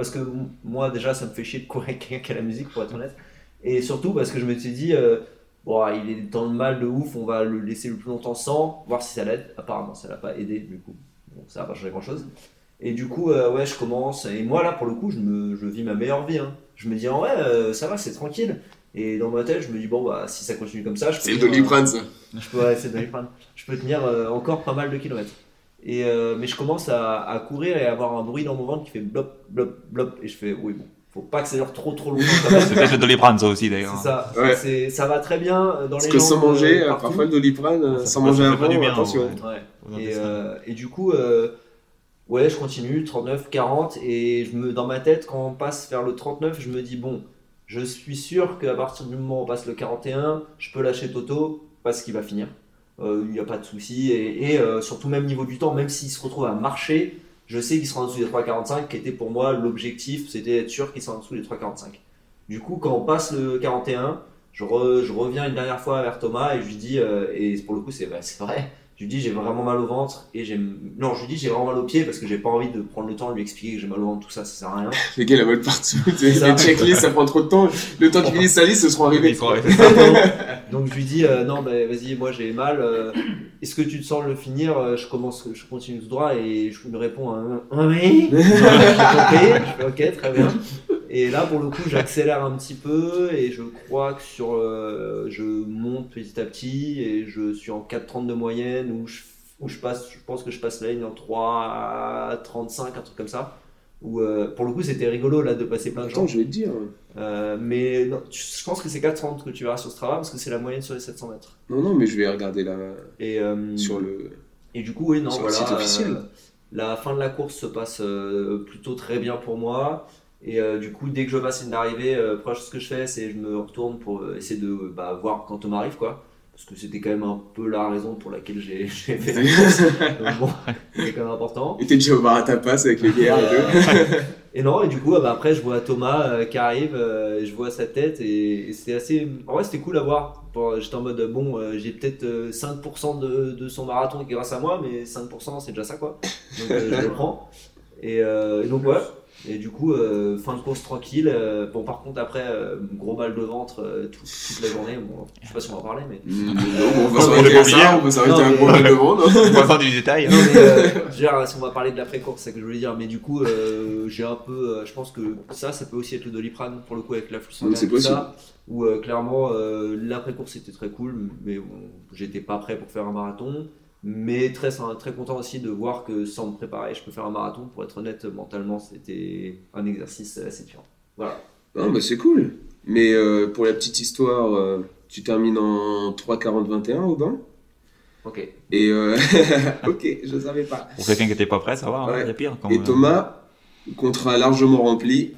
parce que moi déjà ça me fait chier de courir avec quelqu'un qui a la musique pour être honnête, et surtout parce que je me suis dit euh, bon il est dans le mal de ouf, on va le laisser le plus longtemps sans, voir si ça l'aide. Apparemment ça l'a pas aidé du coup, bon, ça va pas changer grand chose. Et du coup euh, ouais je commence, et moi là pour le coup je, me, je vis ma meilleure vie, hein. Je me dis en vrai euh, ça va, c'est tranquille, et dans ma tête je me dis bon bah si ça continue comme ça je peux c'est le tenir, Doliprane ça. euh, je peux, ouais, c'est le Doliprane. Je peux tenir euh, encore pas mal de kilomètres. Et euh, mais je commence à, à courir et à avoir un bruit dans mon ventre qui fait blop, blop, blop. Et je fais, oui, bon, faut pas que ça dure trop, trop longtemps. C'est peut-être le Doliprane, ça aussi, d'ailleurs. C'est ça, Ouais. c'est, ça va très bien dans Parce les que jambes, sans manger, euh, euh, partout. parfois le Doliprane, euh, Ça sans fait- manger ça un fait pas du bon, bien, attention. ouais. Ouais. Aux Et, intestins. euh, et du coup, euh, ouais, je continue, trente-neuf, quarante. Et je me, dans ma tête, quand on passe vers le trente-neuf, je me dis, bon, je suis sûr qu'à partir du moment où on passe le quarante et un, je peux lâcher Toto parce qu'il va finir. Euh, Il n'y a pas de souci. Et, et euh, surtout, même niveau du temps, même s'il se retrouve à marcher, je sais qu'il sera en dessous des trois quarante-cinq, qui était pour moi l'objectif, c'était être sûr qu'il sera en dessous des trois quarante-cinq. Du coup, quand on passe le quarante et un, je, re, je reviens une dernière fois vers Thomas et je lui dis, euh, et pour le coup, c'est, bah, c'est vrai, je lui dis j'ai vraiment mal au ventre, et j'ai, non, je lui dis j'ai vraiment mal aux pieds parce que j'ai pas envie de prendre le temps de lui expliquer que j'ai mal au ventre, tout ça, ça sert à rien. Les gars, la mode partout. Ça. Les checklists, ça prend trop de temps. Le temps qu'ils finissent sa liste, ce seront arrivés. Il faut arrêter. Donc je lui dis euh, non bah vas-y, moi j'ai mal, euh, est-ce que tu te sens le finir? Euh, je commence, je continue tout droit et je me réponds un un oui. J'ai compris. Je fais ok, très bien. Et là pour le coup j'accélère un petit peu et je crois que sur euh, je monte petit à petit et je suis en quatre trente de moyenne, où je, où je passe, je pense que je passe la ligne en trois trente-cinq, un truc comme ça. Où, euh, pour le coup c'était rigolo là de passer plein de gens. Attends, je vais te dire. Euh, mais non, tu- je pense que c'est quatre trente que tu verras sur Strava parce que c'est la moyenne sur les sept cents mètres. Non, non, mais je vais regarder là, Et, euh, sur le. et du coup, oui, non, sur le voilà. site officiel. euh, la fin de la course se passe euh, plutôt très bien pour moi. Et euh, du coup, dès que je passe une d'arrivée, euh, première chose que je fais, c'est je me retourne pour euh, essayer de bah, voir quand Thomas arrive, quoi. Parce que c'était quand même un peu la raison pour laquelle j'ai, j'ai fait la course. Donc bon, c'était quand même important. Et t'es déjà au bar à tapas avec les bières et tout. Et non, et du coup, bah, après, je vois Thomas euh, qui arrive, euh, et je vois sa tête, et, et c'était assez. En vrai, c'était cool à voir. Bon, j'étais en mode, bon, euh, j'ai peut-être euh, cinq pour cent de, de son marathon qui est grâce à moi, mais cinq pour cent c'est déjà ça, quoi. Donc, euh, je le prends. Et, euh, et donc, ouais. Et du coup, euh, fin de course tranquille. Euh, bon, par contre, après, euh, gros mal de ventre euh, tout- toute la journée. Bon, je sais pas si on va en parler, mais. Mm, non, bon, on va Non, s'arrêter mais à le ça, mobilier. on va s'arrêter Non, à un mais- gros mal de vente. On va faire du détail. Non, mais euh, je veux dire, si on va parler de l'après-course, c'est ça que je voulais dire. Mais du coup, euh, j'ai un peu. Euh, je pense que ça, ça peut aussi être le Doliprane pour le coup avec l'afflux sanguin Oui, c'est et tout possible. ça. Où euh, clairement, euh, l'après-course était très cool, mais bon, j'étais pas prêt pour faire un marathon. Mais très, très content aussi de voir que sans me préparer, je peux faire un marathon. Pour être honnête, mentalement, c'était un exercice assez différent. Voilà. Non, mais c'est cool. Mais euh, pour la petite histoire, euh, tu termines en trois quarante vingt et un au bain. Ok. Et euh... ok, je savais pas. Pour quelqu'un qui était pas prêt, ça va, hein, Ouais. il y a pire. Quand Et même. Thomas, contrat largement rempli,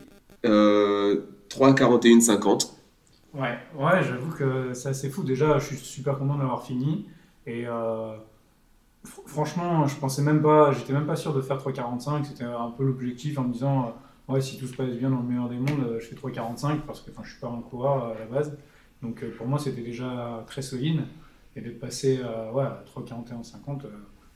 euh, trois quarante et un cinquante. Ouais, ouais, j'avoue que c'est assez fou. Déjà, je suis super content d'avoir fini. Et euh, fr- franchement, je pensais même pas, j'étais même pas sûr de faire trois quarante-cinq. C'était un peu l'objectif en me disant, euh, ouais, si tout se passe bien dans le meilleur des mondes, euh, je fais trois quarante-cinc parce que enfin, je suis pas un coureur euh, à la base. Donc euh, pour moi, c'était déjà très solide. Et d'être passé euh, ouais, à trois quarante et un cinquante, euh,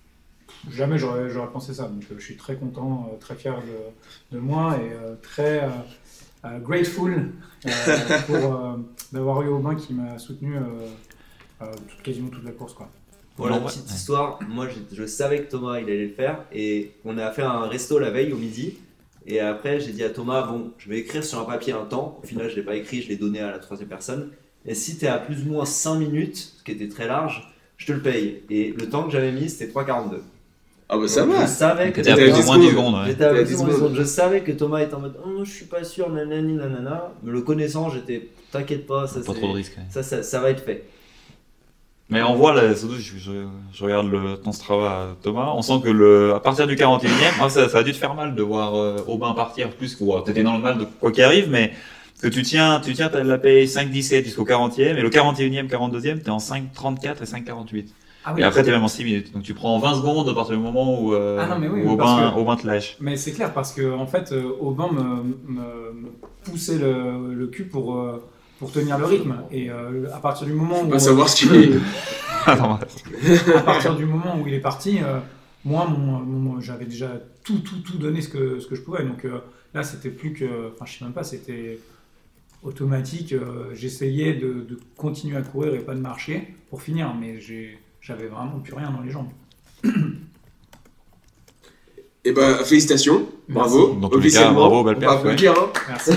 jamais j'aurais, j'aurais pensé ça. Donc euh, je suis très content, euh, très fier de, de moi et euh, très euh, euh, grateful euh, pour euh, d'avoir eu Aubin qui m'a soutenu euh, euh, toute- quasiment toute la course, quoi. Pour la Non, ouais. petite histoire, moi je, je savais que Thomas il allait le faire et on a fait un resto la veille au midi. Et après j'ai dit à Thomas, bon, je vais écrire sur un papier un temps. Au final, je l'ai pas écrit, je l'ai donné à la troisième personne. Et si tu es à plus ou moins cinq minutes, ce qui était très large, je te le paye. Et le temps que j'avais mis, c'était trois quarante-deux. Ah bah ça Donc, va. Je savais que T'étais à T'étais à plus ou dix moins dix secondes. secondes. Ouais. J'étais à T'es à plus ou dix moins dix secondes. secondes. Je savais que Thomas était en mode, oh, je suis pas sûr, nanani, nanana. Mais le connaissant, j'étais, t'inquiète pas, ça, Pas c'est- trop de risques. ouais. ça, ça, ça va être fait. Mais on voit, là, surtout, je, je, je regarde le, ton Strava, Thomas, on sent que le, à partir du quarante et unième, ah, ça, ça a dû te faire mal de voir euh, Aubin partir, plus que ouais, t'étais dans le mal de quoi qu'il arrive, mais que tu tiens, tu tiens, t'as la paye cinq dix-sept jusqu'au quarantième, et le quarante et unième, quarante-deuxième, t'es en cinq trente-quatre et cinq quarante-huit. Ah Et après, t'es même en six minutes. Donc tu prends vingt secondes à partir du moment où, euh, Ah non, mais oui, où oui, parce Aubin, que- Aubin te lâche. Mais c'est clair parce que en fait, euh, Aubin me, me, me poussait le, le cul pour, euh, pour tenir le rythme. Et euh, à partir du moment Faut où pas savoir ce qu'il est. Attends, à partir du moment où il est parti, euh, moi, mon, mon, j'avais déjà tout, tout, tout donné ce que, ce que je pouvais. Donc euh, là, c'était plus que, enfin, je sais même pas, c'était automatique. Euh, j'essayais de, de continuer à courir et pas de marcher pour finir, mais j'ai, j'avais vraiment plus rien dans les jambes. Et ben, félicitations, bravo. Dans tous les cas, bravo, belle on va perf, applaudir, hein. Merci.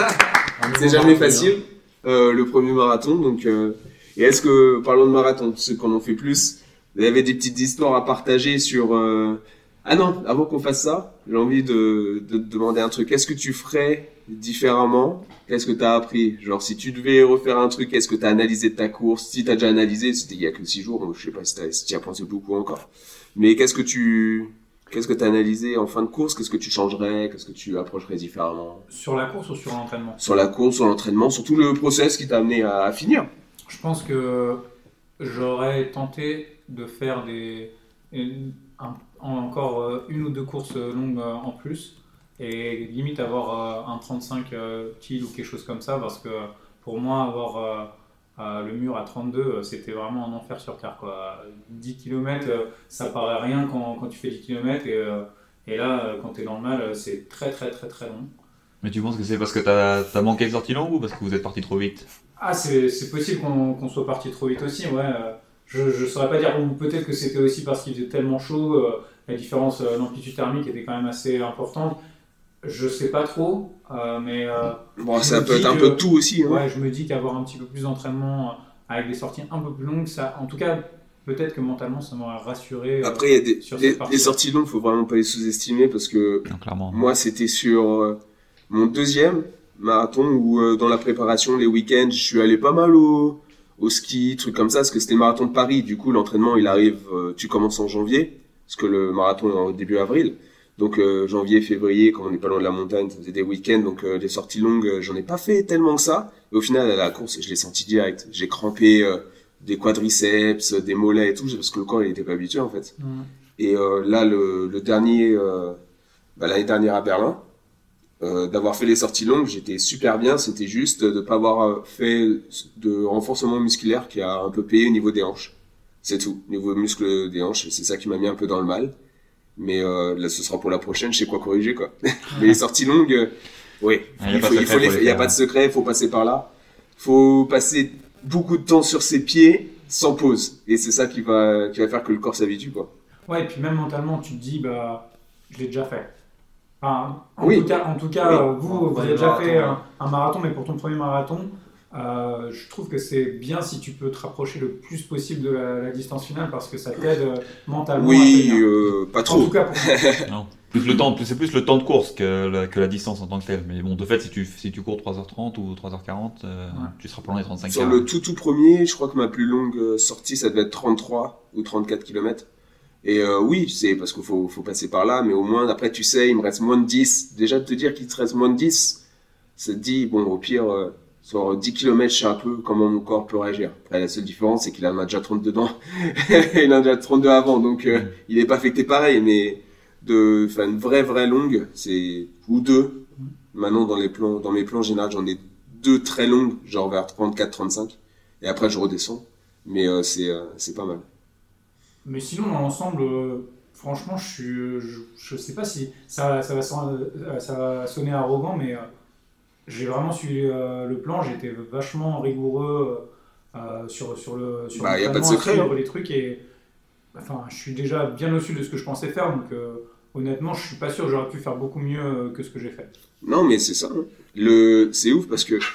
C'est jamais facile, euh, le premier marathon. Donc, euh, et est-ce que, parlons de marathon, ceux qui en ont fait plus, vous avez des petites histoires à partager sur... Euh... Ah non, avant qu'on fasse ça, j'ai envie de, de te demander un truc. Qu'est-ce que tu ferais différemment? Qu'est-ce que tu as appris? Genre, si tu devais refaire un truc, est-ce que tu as analysé de ta course? Si tu as déjà analysé, c'était il y a que six jours, donc je sais pas si tu y as pensé beaucoup encore. Mais qu'est-ce que tu... Qu'est-ce que tu as analysé en fin de course? Qu'est-ce que tu changerais? Qu'est-ce que tu approcherais différemment? Sur la course ou sur l'entraînement? Sur la course, sur l'entraînement, sur tout le process qui t'a amené à, à finir. Je pense que j'aurais tenté de faire des, une, un, encore une ou deux courses longues en plus et limite avoir un trente-cinq kills ou quelque chose comme ça, parce que pour moi, avoir Euh, le mur à trente-deux, c'était vraiment un enfer sur terre, quoi. dix kilomètres, ça paraît rien quand, quand tu fais dix kilomètres, et, euh, et là, quand tu es dans le mal, c'est très très très très long. Mais tu penses que c'est parce que tu as manqué de sortie longue ou parce que vous êtes parti trop vite? Ah, c'est, c'est possible qu'on, qu'on soit parti trop vite aussi, ouais. Je ne saurais pas dire, ou peut-être que c'était aussi parce qu'il faisait tellement chaud, euh, la différence d'amplitude thermique était quand même assez importante. Je sais pas trop, euh, mais euh, bon, ça peut être un que, peu de tout aussi. Hein. Ouais, je me dis qu'avoir un petit peu plus d'entraînement avec des sorties un peu plus longues, ça, en tout cas, peut-être que mentalement, ça m'aurait rassuré. Après, il euh, y a des sur les, les sorties longues, faut vraiment pas les sous-estimer, parce que non, clairement, moi, c'était sur euh, mon deuxième marathon où euh, dans la préparation, les week-ends, je suis allé pas mal au, au ski, trucs comme ça, parce que c'était le marathon de Paris. Du coup, l'entraînement, il arrive, euh, tu commences en janvier, parce que le marathon est au début avril. Donc euh, janvier, février, quand on n'est pas loin de la montagne, ça faisait des week-ends, donc euh, des sorties longues, euh, j'en ai pas fait tellement que ça. Et au final, à la course, je l'ai senti direct. J'ai crampé euh, des quadriceps, des mollets et tout, parce que le corps il était pas habitué en fait. Mmh. Et euh, là, le, le dernier, euh, bah, l'année dernière à Berlin, euh, d'avoir fait les sorties longues, j'étais super bien. C'était juste de pas avoir fait de renforcement musculaire qui a un peu payé au niveau des hanches. C'est tout, au niveau muscle des hanches, c'est ça qui m'a mis un peu dans le mal. Mais euh, là, ce sera pour la prochaine, je sais quoi corriger, quoi. Mais les sorties longues, euh, oui, il n'y a, a pas de secret, il faut passer par là. Il faut passer beaucoup de temps sur ses pieds, sans pause. Et c'est ça qui va, qui va faire que le corps s'habitue, quoi. Ouais, et puis même mentalement, tu te dis, bah, je l'ai déjà fait. Enfin, en, oui. tout cas, en tout cas, oui. vous, vous, vous avez déjà fait un, un marathon, mais pour ton premier marathon, Euh, je trouve que c'est bien si tu peux te rapprocher le plus possible de la, la distance finale, parce que ça t'aide euh, mentalement. Oui, à euh, pas trop. En tout cas, pour non. Plus le temps, c'est plus le temps de course que la, que la distance en tant que telle. Mais bon, de fait, si tu, si tu cours trois heures trente ou trois heures quarante, euh, ouais. tu seras pas loin des trente-cinq Sur heures. le tout tout premier, je crois que ma plus longue sortie, ça devait être trente-trois ou trente-quatre kilomètres. Et euh, oui, c'est parce qu'il faut, faut passer par là, mais au moins, après, tu sais, il me reste moins de dix. Déjà, de te dire qu'il te reste moins de dix, ça te dit, bon, au pire... Euh, sur dix kilomètres, je sais un peu comment mon corps peut réagir. Après, la seule différence, c'est qu'il en a déjà trente dedans. Il en a déjà trente-deux avant, donc euh, il n'est pas affecté pareil. Mais de faire une vraie, vraie longue, c'est ou deux. Maintenant, dans, les plans, dans mes plans généraux, j'en ai deux très longues, genre vers trente-quatre trente-cinq. Et après, je redescends. Mais euh, c'est, euh, c'est pas mal. Mais sinon, dans l'ensemble, euh, franchement, je suis, je, je sais pas si ça, ça, va, ça va sonner arrogant, mais... Euh, j'ai vraiment suivi euh, le plan, j'ai été vachement rigoureux euh, sur, sur le sur bah, y a pas de secret, hein. Les trucs, et enfin, je suis déjà bien au-dessus de ce que je pensais faire, donc euh, honnêtement, je suis pas sûr que j'aurais pu faire beaucoup mieux que ce que j'ai fait. Non, mais c'est ça. Hein. Le... C'est ouf parce que...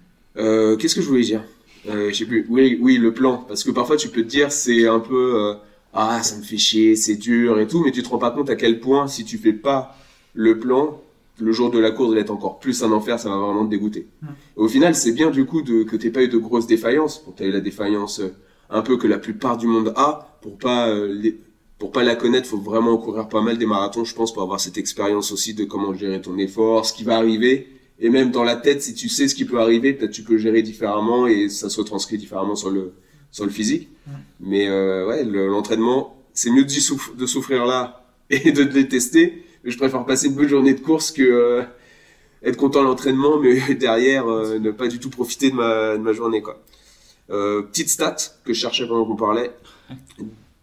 Euh, qu'est-ce que je voulais dire euh, Je sais plus. Oui, oui, le plan. Parce que parfois, tu peux te dire, c'est un peu... Euh, ah, ça me fait chier, c'est dur et tout, mais tu te rends pas compte à quel point, si tu fais pas le plan... le jour de la course va être encore plus un enfer, ça va vraiment te dégoûter. Mmh. Au final, c'est bien du coup de, que tu n'aies pas eu de grosses défaillances, pour que tu aies eu la défaillance euh, un peu que la plupart du monde a. Pour pas, euh, les, pour pas la connaître, il faut vraiment courir pas mal des marathons, je pense, pour avoir cette expérience aussi de comment gérer ton effort, ce qui va arriver. Et même dans la tête, si tu sais ce qui peut arriver, peut-être tu peux gérer différemment et ça se retranscrit différemment sur le, sur le physique. Mmh. Mais euh, ouais, le, l'entraînement, c'est mieux de, souffrir, de souffrir là et de te détester. Je préfère passer une bonne journée de course que euh, être content à l'entraînement, mais derrière, euh, ne pas du tout profiter de ma, de ma journée, quoi. Euh, petite stat que je cherchais pendant qu'on parlait.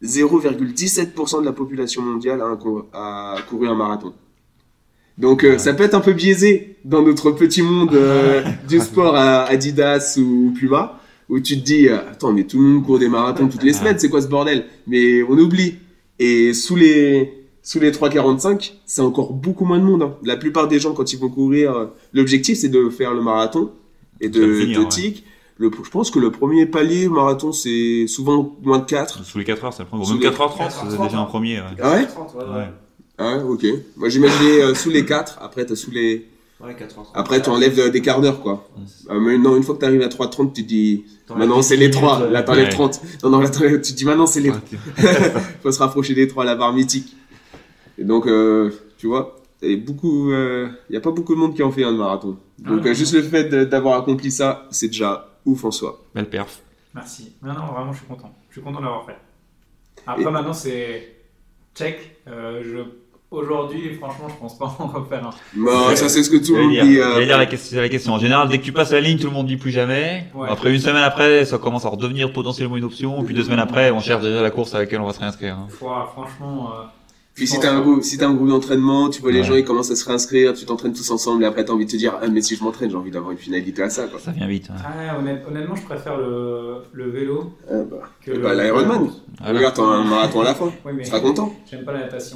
zéro virgule dix-sept pour cent de la population mondiale a, un, a couru un marathon. Donc euh, ouais. ça peut être un peu biaisé dans notre petit monde euh, du sport à Adidas ou Puma, où tu te dis, euh, attends, mais tout le monde court des marathons toutes les semaines, c'est quoi ce bordel? Mais on oublie. Et sous les, sous les trois quarante-cinq, c'est encore beaucoup moins de monde. Hein. La plupart des gens, quand ils vont courir, euh, l'objectif, c'est de faire le marathon et de, finir, de tic. Ouais. Le, je pense que le premier palier marathon, c'est souvent moins de quatre. Sous les quatre heures, c'est le premier. Même quatre heures trente, c'est déjà un premier. Ouais. Ah ouais, trente, ouais, ouais. ouais. Ah ouais, ok. Moi, j'imaginais euh, sous les quatre. Après, t'as sous les... Ouais, quatre heures trente. Après, tu enlèves euh, des quarts d'heure, quoi. Euh, mais non, une fois que t'arrives à trois trente, tu te dis... Maintenant, c'est les trois. Là, t'enlèves ouais. trente. Non, non, là, tu te dis, maintenant, c'est les trois. Faut se rapprocher des trois, la barre mythique. Et donc, euh, tu vois, il beaucoup, euh, y a pas beaucoup de monde qui en fait un marathon. Donc, ah, euh, juste le fait de, d'avoir accompli ça, c'est déjà ouf en soi. Belle perf. Merci. Non, non, vraiment, je suis content. Je suis content d'avoir fait. Après, Et... maintenant, c'est check. Euh, je... Aujourd'hui, franchement, je pense pas en refaire un. Bon, ça, c'est ce que tout le monde dit. Euh... J'allais dire la question, la question. En général, dès que tu passes la ligne, tout le monde dit plus jamais. Ouais. Après, une semaine après, ça commence à redevenir potentiellement une option. Puis deux semaines après, on cherche déjà la course à laquelle on va se réinscrire. Hein. Ouais, franchement. Euh... Puis si t'as un groupe, si t'as un groupe d'entraînement, tu vois les ouais. gens, ils commencent à se réinscrire, tu t'entraînes tous ensemble, et après t'as envie de te dire, ah, mais si je m'entraîne, j'ai envie d'avoir une finalité à ça, quoi. Ça vient vite. Ouais. Ah, honnête, honnêtement, je préfère le, le vélo. Ah, bah. Que bah, le... l'Ironman. Voilà. Regarde, t'as un marathon à la fin. Oui, mais tu seras content. J'aime pas la natation.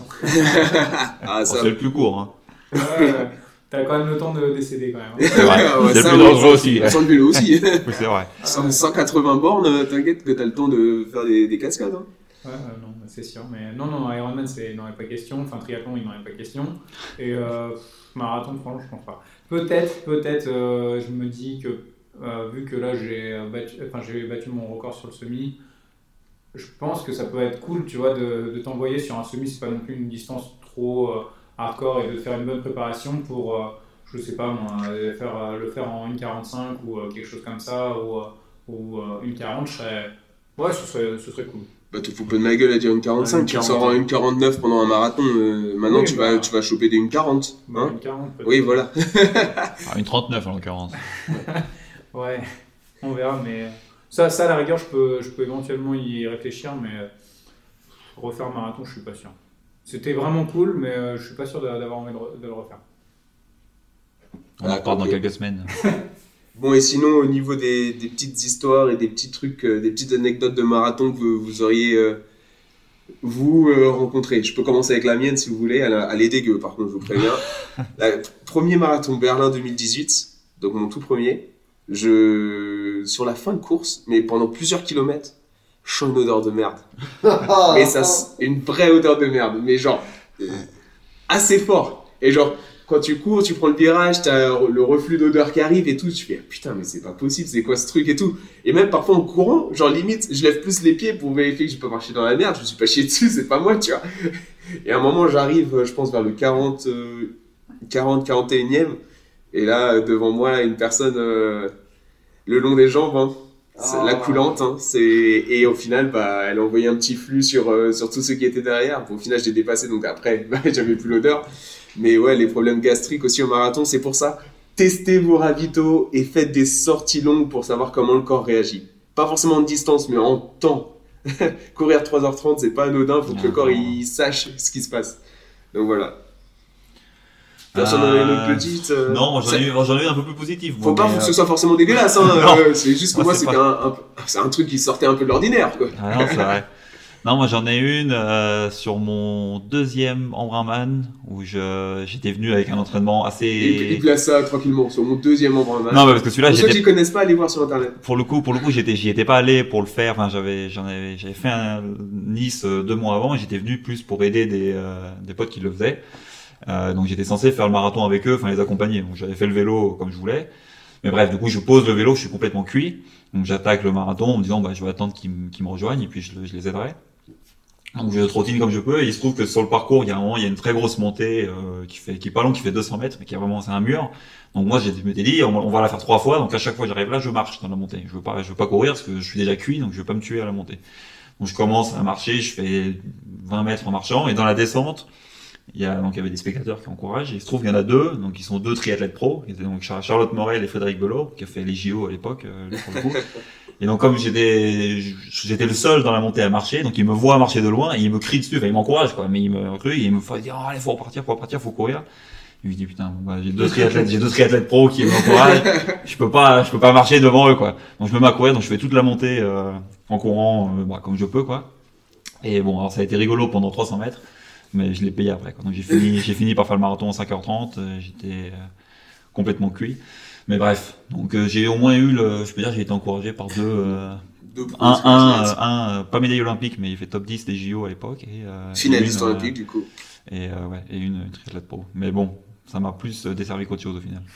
ah, ça. Oh, c'est le plus court, hein. Ouais, ouais. T'as quand même le temps de décéder, quand même. C'est vrai. ouais, c'est ça, le plus dangereux aussi. Sans le vélo aussi. Oui, c'est vrai. cent quatre-vingts bornes, t'inquiète que t'as le temps de faire des, des cascades, hein. Ouais, euh, non, c'est sûr. Mais non, non, Ironman, il n'en avait pas question. Enfin, triathlon, il n'en avait pas question. Et euh, marathon, franchement, je pense pas. Peut-être, peut-être, euh, je me dis que, euh, vu que là, j'ai battu, enfin, j'ai battu mon record sur le semi, je pense que ça peut être cool, tu vois, de, de t'envoyer sur un semi. C'est pas non plus une distance trop euh, hardcore et de faire une bonne préparation pour, euh, je sais pas moi, faire, euh, le faire en une quarante-cinq ou euh, quelque chose comme ça, ou, euh, ou euh, une quarante, je serais... Ouais, ce serait, ce serait cool. Bah, te fous pas de ma gueule à dire une quarante-cinq, ouais, tu sors en une quarante-neuf pendant un marathon, euh, maintenant oui, tu, bah, vas, tu vas choper des une quarante. Hein une quarante peut-être. Oui, voilà. ah, une trente-neuf en l'occurrence. Ouais, on verra, mais ça, ça à la rigueur, je peux, je peux éventuellement y réfléchir, mais refaire un marathon, je suis pas sûr. C'était vraiment cool, mais euh, je suis pas sûr d'avoir envie de, re- de le refaire. On en reparle dans quelques semaines. Bon, et sinon, au niveau des, des petites histoires et des petits trucs, euh, des petites anecdotes de marathon que vous, vous auriez, euh, vous, euh, rencontré. Je peux commencer avec la mienne, si vous voulez. Elle, elle est dégueu, par contre, je vous préviens. Le premier marathon Berlin deux mille dix-huit, donc mon tout premier, je, sur la fin de course, mais pendant plusieurs kilomètres, je sens une odeur de merde. Mais ça, une vraie odeur de merde, mais genre, euh, assez fort. Et genre, quand tu cours, tu prends le virage, t'as le reflux d'odeur qui arrive et tout, tu fais putain mais c'est pas possible, c'est quoi ce truc et tout. Et même parfois en courant, genre limite, je lève plus les pieds pour vérifier que je peux marcher dans la merde, je me suis pas chié dessus, c'est pas moi, tu vois. Et à un moment, j'arrive, je pense vers le quarante, quarante, quarante et unième, et là devant moi une personne euh, le long des jambes, hein. C'est oh. La coulante, hein. C'est... et au final, bah, elle a envoyé un petit flux sur, euh, sur tous ceux qui étaient derrière. Bon, au final, je l'ai dépassé, donc après, bah, j'avais plus l'odeur. Mais ouais, les problèmes gastriques aussi au marathon, c'est pour ça. Testez vos ravitaux et faites des sorties longues pour savoir comment le corps réagit. Pas forcément en distance, mais en temps. Courir trois heures trente, c'est pas anodin, faut que le corps il sache ce qui se passe. Donc voilà. Personne n'en a une autre petite euh... Non, moi, j'en ai, eu, j'en ai eu un peu plus positif. Faut pas mais... que ce soit forcément dégueulasse, hein. euh, c'est juste que moi, moi c'est, pas... un, un, c'est un truc qui sortait un peu de l'ordinaire, quoi. Ah non, c'est vrai. Non, moi j'en ai une euh, sur mon deuxième Embrunman où je, j'étais venu avec un entraînement assez... Il, il place ça tranquillement, sur mon deuxième Embrunman. Non, mais parce que celui-là... Pour ceux qui ne connaissent pas, allez voir sur internet. Pour le coup, pour le coup j'étais, j'y étais pas allé pour le faire, enfin, j'avais, j'en avais, j'avais fait un Nice deux mois avant et j'étais venu plus pour aider des, euh, des potes qui le faisaient. Euh, donc j'étais censé faire le marathon avec eux, enfin les accompagner. Donc j'avais fait le vélo comme je voulais. Mais bref, du coup je pose le vélo, je suis complètement cuit. Donc j'attaque le marathon en me disant bah, je vais attendre qu'ils, m- qu'ils me rejoignent et puis je, je les aiderai. Donc je trottine comme je peux et il se trouve que sur le parcours il y a un moment, il y a une très grosse montée euh, qui fait qui est pas longue, qui fait deux cents mètres mais qui est vraiment c'est un mur. Donc moi j'ai, je m'étais dit on, on va la faire trois fois, donc à chaque fois que j'arrive là je marche dans la montée. Je veux pas je veux pas courir parce que je suis déjà cuit donc je veux pas me tuer à la montée. Donc je commence à marcher, je fais vingt mètres en marchant et dans la descente il y a donc il y avait des spectateurs qui encouragent et il se trouve qu'il y en a deux, donc ils sont deux triathlètes pro, ils étaient donc Charlotte Morel et Frédéric Belot qui a fait les J O à l'époque euh, pour le coup. Et donc comme j'étais j'étais le seul dans la montée à marcher, donc il me voit marcher de loin et il me crie dessus, enfin il m'encourage quoi, mais il me crie, il me fait dire oh, allez faut repartir, faut repartir, faut courir. Je lui dis putain bon, bah, j'ai deux triathlètes, j'ai deux triathlètes pro qui m'encouragent, je peux pas je peux pas marcher devant eux quoi. Donc je me mets à courir, donc je fais toute la montée euh, en courant euh, bah, comme je peux quoi. Et bon alors ça a été rigolo pendant trois cents mètres, mais je l'ai payé après quoi. Donc j'ai fini j'ai fini par faire le marathon en cinq heures trente, euh, j'étais euh, complètement cuit. Mais bref, donc euh, j'ai au moins eu le, je peux dire, j'ai été encouragé par deux, euh, Deux pros, un, c'est un, clair. euh, un, euh, pas médaille olympique, mais il fait top dix des J O à l'époque et euh, Finaliste et une, olympique, euh, du coup. et euh, ouais, et une, une triathlète pro. Mais bon, ça m'a plus euh, desservi qu'autre chose au final.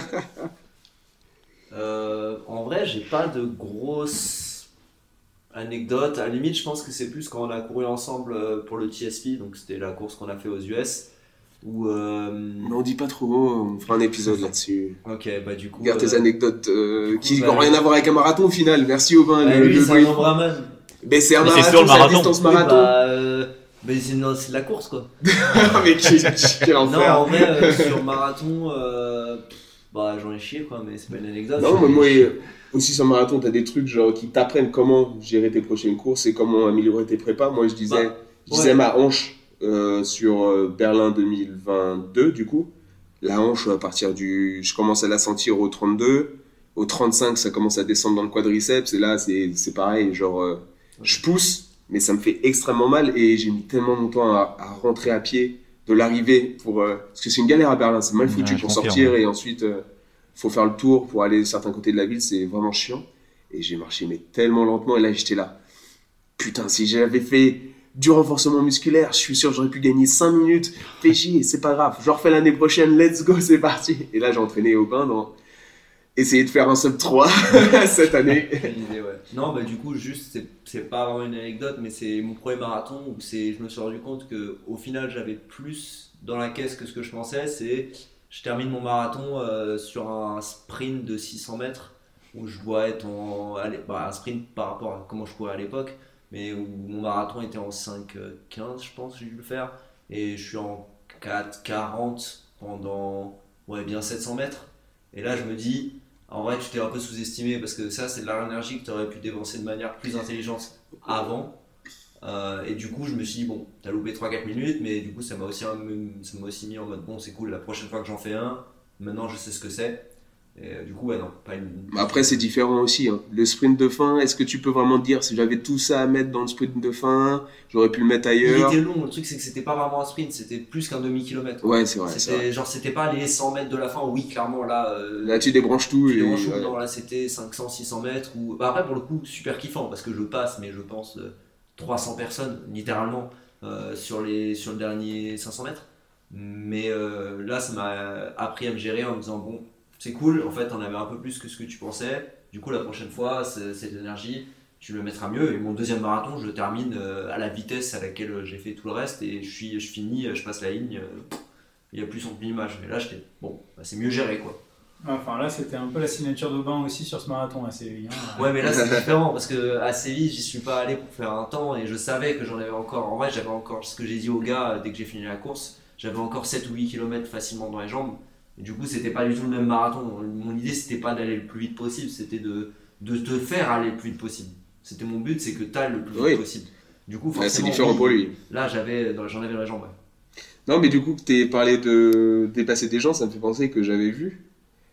Euh, en vrai, j'ai pas de grosses anecdotes. À la limite, je pense que c'est plus quand on a couru ensemble euh, pour le T S P, donc c'était la course qu'on a fait aux U S. Où, euh, Mais on dit pas trop, on fera un épisode là-dessus. Ok, bah du coup. Garde tes euh, anecdotes euh, du coup, qui bah, n'ont rien à voir avec un marathon au final. Merci Aubin. bah, le, lui, le c'est un brief. nombraman. Mais c'est un Mais c'est marathon, sur le c'est la marathon. distance Oui, marathon. bah, euh, mais c'est, non, c'est de la course quoi. mais quel, quel Non, enfer. en vrai, euh, sur marathon, euh, pff, bah j'en ai chié quoi, mais c'est pas une anecdote. Non, j'en mais ai moi, chié. euh, aussi sur le marathon, t'as des trucs genre qui t'apprennent comment gérer tes prochaines courses et comment améliorer tes prépas. Moi, je disais, Bah, je disais ouais. ma hanche euh, sur euh, Berlin deux mille vingt-deux, du coup. La hanche, à partir du. Je commence à la sentir au trente-deux. Au trente-cinq, ça commence à descendre dans le quadriceps. Et là, c'est, c'est pareil. Genre, euh, je pousse, mais ça me fait extrêmement mal. Et j'ai mis tellement longtemps à, à rentrer à pied de l'arrivée. Pour, euh, parce que c'est une galère à Berlin. C'est mal foutu Ouais, je pour confirme, sortir. ouais. Et ensuite, euh, faut faire le tour pour aller de certains côtés de la ville. C'est vraiment chiant. Et j'ai marché, mais tellement lentement. Et là, j'étais là. Putain, si j'avais fait du renforcement musculaire, je suis sûr que j'aurais pu gagner cinq minutes. Fais chier, c'est pas grave. Je refais l'année prochaine, let's go, c'est parti. Et là, j'ai entraîné Aubin dans essayer de faire un sub trois cette année. Bonne idée, ouais. Non, bah du coup, juste, c'est, c'est pas vraiment une anecdote, mais c'est mon premier marathon où c'est, je me suis rendu compte qu'au final, j'avais plus dans la caisse que ce que je pensais. C'est, je termine mon marathon euh, sur un sprint de six cents mètres où je dois être en. Allez, bah, un sprint par rapport à comment je courais à l'époque, mais où mon marathon était en cinq quinze, je pense, j'ai dû le faire. Et je suis en quatre quarante pendant ouais, bien sept cents mètres. Et là, je me dis. En vrai, tu t'es un peu sous-estimé parce que ça, c'est de l'énergie que tu aurais pu dépenser de manière plus intelligente avant. Euh, et du coup, je me suis dit, bon, t'as loupé trois quatre minutes, mais du coup, ça m'a aussi, un- ça m'a aussi mis en mode, bon, c'est cool, la prochaine fois que j'en fais un, maintenant je sais ce que c'est. Et euh, du coup, ouais, non, pas une. Mais après, c'est différent aussi. Hein. Le sprint de fin, est-ce que tu peux vraiment dire si j'avais tout ça à mettre dans le sprint de fin, j'aurais pu le mettre Il ailleurs? était long, le truc, c'est que c'était pas vraiment un sprint, c'était plus qu'un demi-kilomètre. Ouais, c'est vrai, c'est vrai. C'était, genre, c'était pas les cent mètres de la fin, oui, clairement, là. euh, Là, tu débranches tout. Tu Et, les ranges où, ouais. non, là c'était cinq cents six cents mètres ou... bah, après pour le coup super kiffant parce que je passe mais je pense euh, trois cents personnes littéralement euh, sur, les, sur le dernier cinq cents mètres, mais euh, là ça m'a appris à me gérer en me disant bon c'est cool, en fait t'en avais un peu plus que ce que tu pensais, du coup la prochaine fois c'est- cette énergie tu le mettras mieux. Et mon deuxième marathon je le termine euh, à la vitesse à laquelle j'ai fait tout le reste et je, suis, je finis, je passe la ligne, euh, il n'y a plus son image, mais là j'étais bon bah, c'est mieux géré quoi. Enfin là, c'était un peu la signature d'Aubin aussi sur ce marathon à Séville. Hein. Ouais, mais là c'est différent parce que à Séville, j'y suis pas allé pour faire un temps et je savais que j'en avais encore. En vrai, j'avais encore ce que j'ai dit aux gars dès que j'ai fini la course, j'avais encore sept ou huit kilomètres facilement dans les jambes. Et du coup, c'était pas du tout le même marathon. Mon idée, c'était pas d'aller le plus vite possible, c'était de, de te faire aller le plus vite possible. C'était mon but, c'est que tu ailles le plus vite Oui. possible. Du coup, Ouais, forcément, c'est différent oui, pour lui. là j'avais, dans- j'en avais dans les jambes. Ouais. Non, mais du coup, que tu aies parlé de dépasser des gens, ça me fait penser que j'avais vu.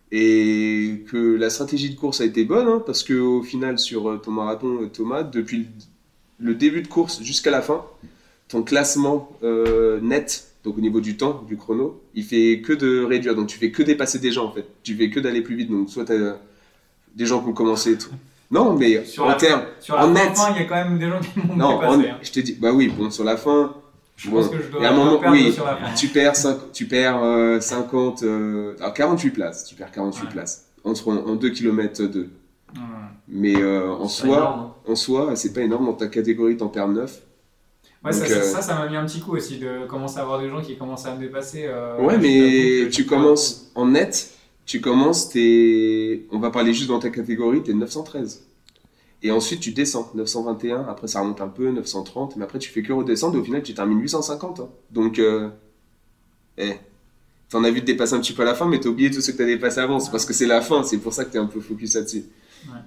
Et que la stratégie de course a été bonne, hein, parce qu'au final, sur euh, ton marathon, euh, Thomas, depuis le, le début de course jusqu'à la fin, ton classement euh, net, donc au niveau du temps, du chrono, il fait que de réduire. Donc tu fais que dépasser des gens, en fait. Tu fais que d'aller plus vite. Donc soit tu as des gens qui ont commencé et tout. Non, mais Sur en la, termes. sur la en fin, net. fin, il y a quand même des gens qui m'ont Non, en- dépassé. Hein. je te dis, bah oui, bon, sur la fin. Je bon, pense que je dois, il y a un je dois moment, perdre oui, sur la fin. tu perds, cinq- tu perds euh, cinquante, euh, alors quarante-huit places, tu perds quarante-huit Ouais. places, entre, en, en deux kilomètres deux. Ouais. Mais euh, en, C'est pas soi, énorme, hein. en soi, c'est pas énorme, dans ta catégorie, t'en perds neuf. Ouais, ça, Donc, ça, euh, ça, ça m'a mis un petit coup aussi de commencer à avoir des gens qui commencent à me dépasser. euh, Ouais, je mais t'avoue que tu je- commences en net, tu commences, t'es, on va parler juste dans ta catégorie, t'es neuf cent treize. Et ensuite, tu descends, neuf cent vingt et un, après ça remonte un peu, neuf cent trente, mais après tu fais que redescendre et au final tu termines huit cent cinquante. Hein. Donc, euh, eh, t'en as vu te dépasser un petit peu à la fin, mais t'as oublié tout ce que t'as dépassé avant, c'est parce que c'est la fin, c'est pour ça que t'es un peu focus là-dessus.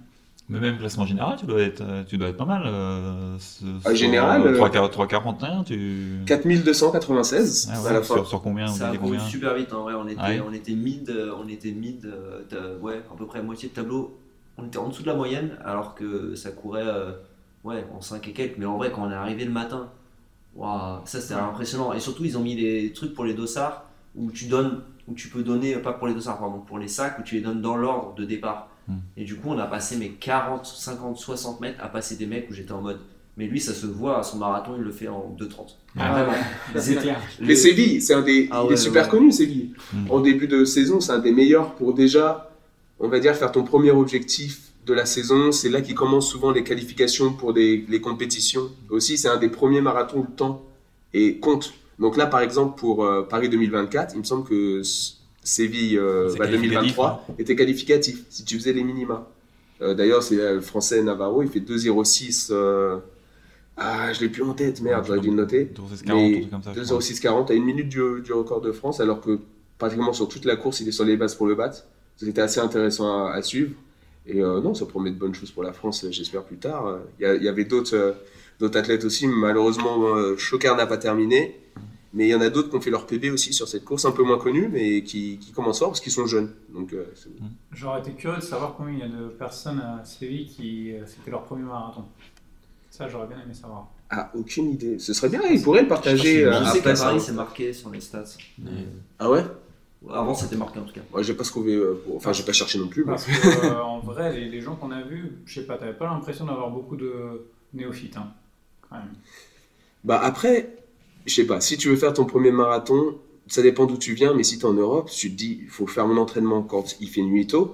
Mais même classement général, tu dois être, tu dois être pas mal. Euh, en général, euh, trois quarante et un, tu. quatre mille deux cent quatre-vingt-seize ah ouais, à la fin. Sur, sur combien Ça a couru combien super vite en vrai. On était, ah ouais. on était mid, on était mid, euh, ouais, à peu près à moitié de tableau. On était en dessous de la moyenne, alors que ça courait, euh, ouais, en cinq et quelques. Mais en vrai, quand on est arrivé le matin, waouh, ça c'était ouais. impressionnant. Et surtout, ils ont mis des trucs pour les dossards où tu donnes, où tu peux donner, pas pour les dossards, pardon, pour les sacs où tu les donnes dans l'ordre de départ. Et du coup, on a passé mes quarante, cinquante, soixante mètres à passer des mecs où j'étais en mode. Mais lui, ça se voit, à son marathon, il le fait en deux trente. Ah ouais, ouais. C'est clair. Mais Séville, c'est un des. Ah ouais, il est super ouais. connu, Séville. Mm. En début de saison, c'est un des meilleurs pour déjà, on va dire, faire ton premier objectif de la saison. C'est là qu'il commence souvent les qualifications pour des, les compétitions. Aussi, c'est un des premiers marathons où le temps est compte. Donc là, par exemple, pour euh, Paris deux mille vingt-quatre, il me semble que. Séville euh, bah, deux mille vingt-trois hein. était qualificatif si tu faisais les minima. Euh, d'ailleurs, c'est euh, le français Navarro, il fait deux zéro six. Euh... Ah, je l'ai plus en tête, merde, j'aurais dû le noter. deux zéro six quarante à une minute du, du record de France, alors que pratiquement sur toute la course, il est sur les bases pour le battre. C'était assez intéressant à, à suivre. Et euh, non, ça promet de bonnes choses pour la France, j'espère plus tard. Il y, y avait d'autres, euh, d'autres athlètes aussi, malheureusement, euh, Choquer n'a pas terminé. Mais il y en a d'autres qui ont fait leur P B aussi sur cette course, un peu moins connue, mais qui, qui commencent fort parce qu'ils sont jeunes. Donc, euh, c'est bon. J'aurais été curieux de savoir combien il y a de personnes à Séville qui euh, c'était leur premier marathon. Ça, j'aurais bien aimé savoir. Ah, aucune idée. Ce serait bien, ils pourraient le partager. Je, euh, je sais qu'à Paris, c'est marqué sur les stats. Mais... Ah ouais? Avant, c'était marqué en tout cas. Ouais, j'ai pas trouvé. Euh, pour... Enfin, j'ai pas cherché non plus. Parce mais... que, euh, en vrai, les, les gens qu'on a vus, je sais pas, t'avais pas l'impression d'avoir beaucoup de néophytes, hein, quand même. Bah après. Je sais pas, si tu veux faire ton premier marathon, ça dépend d'où tu viens, mais si tu es en Europe, tu te dis, il faut faire mon entraînement quand il fait nuit tôt.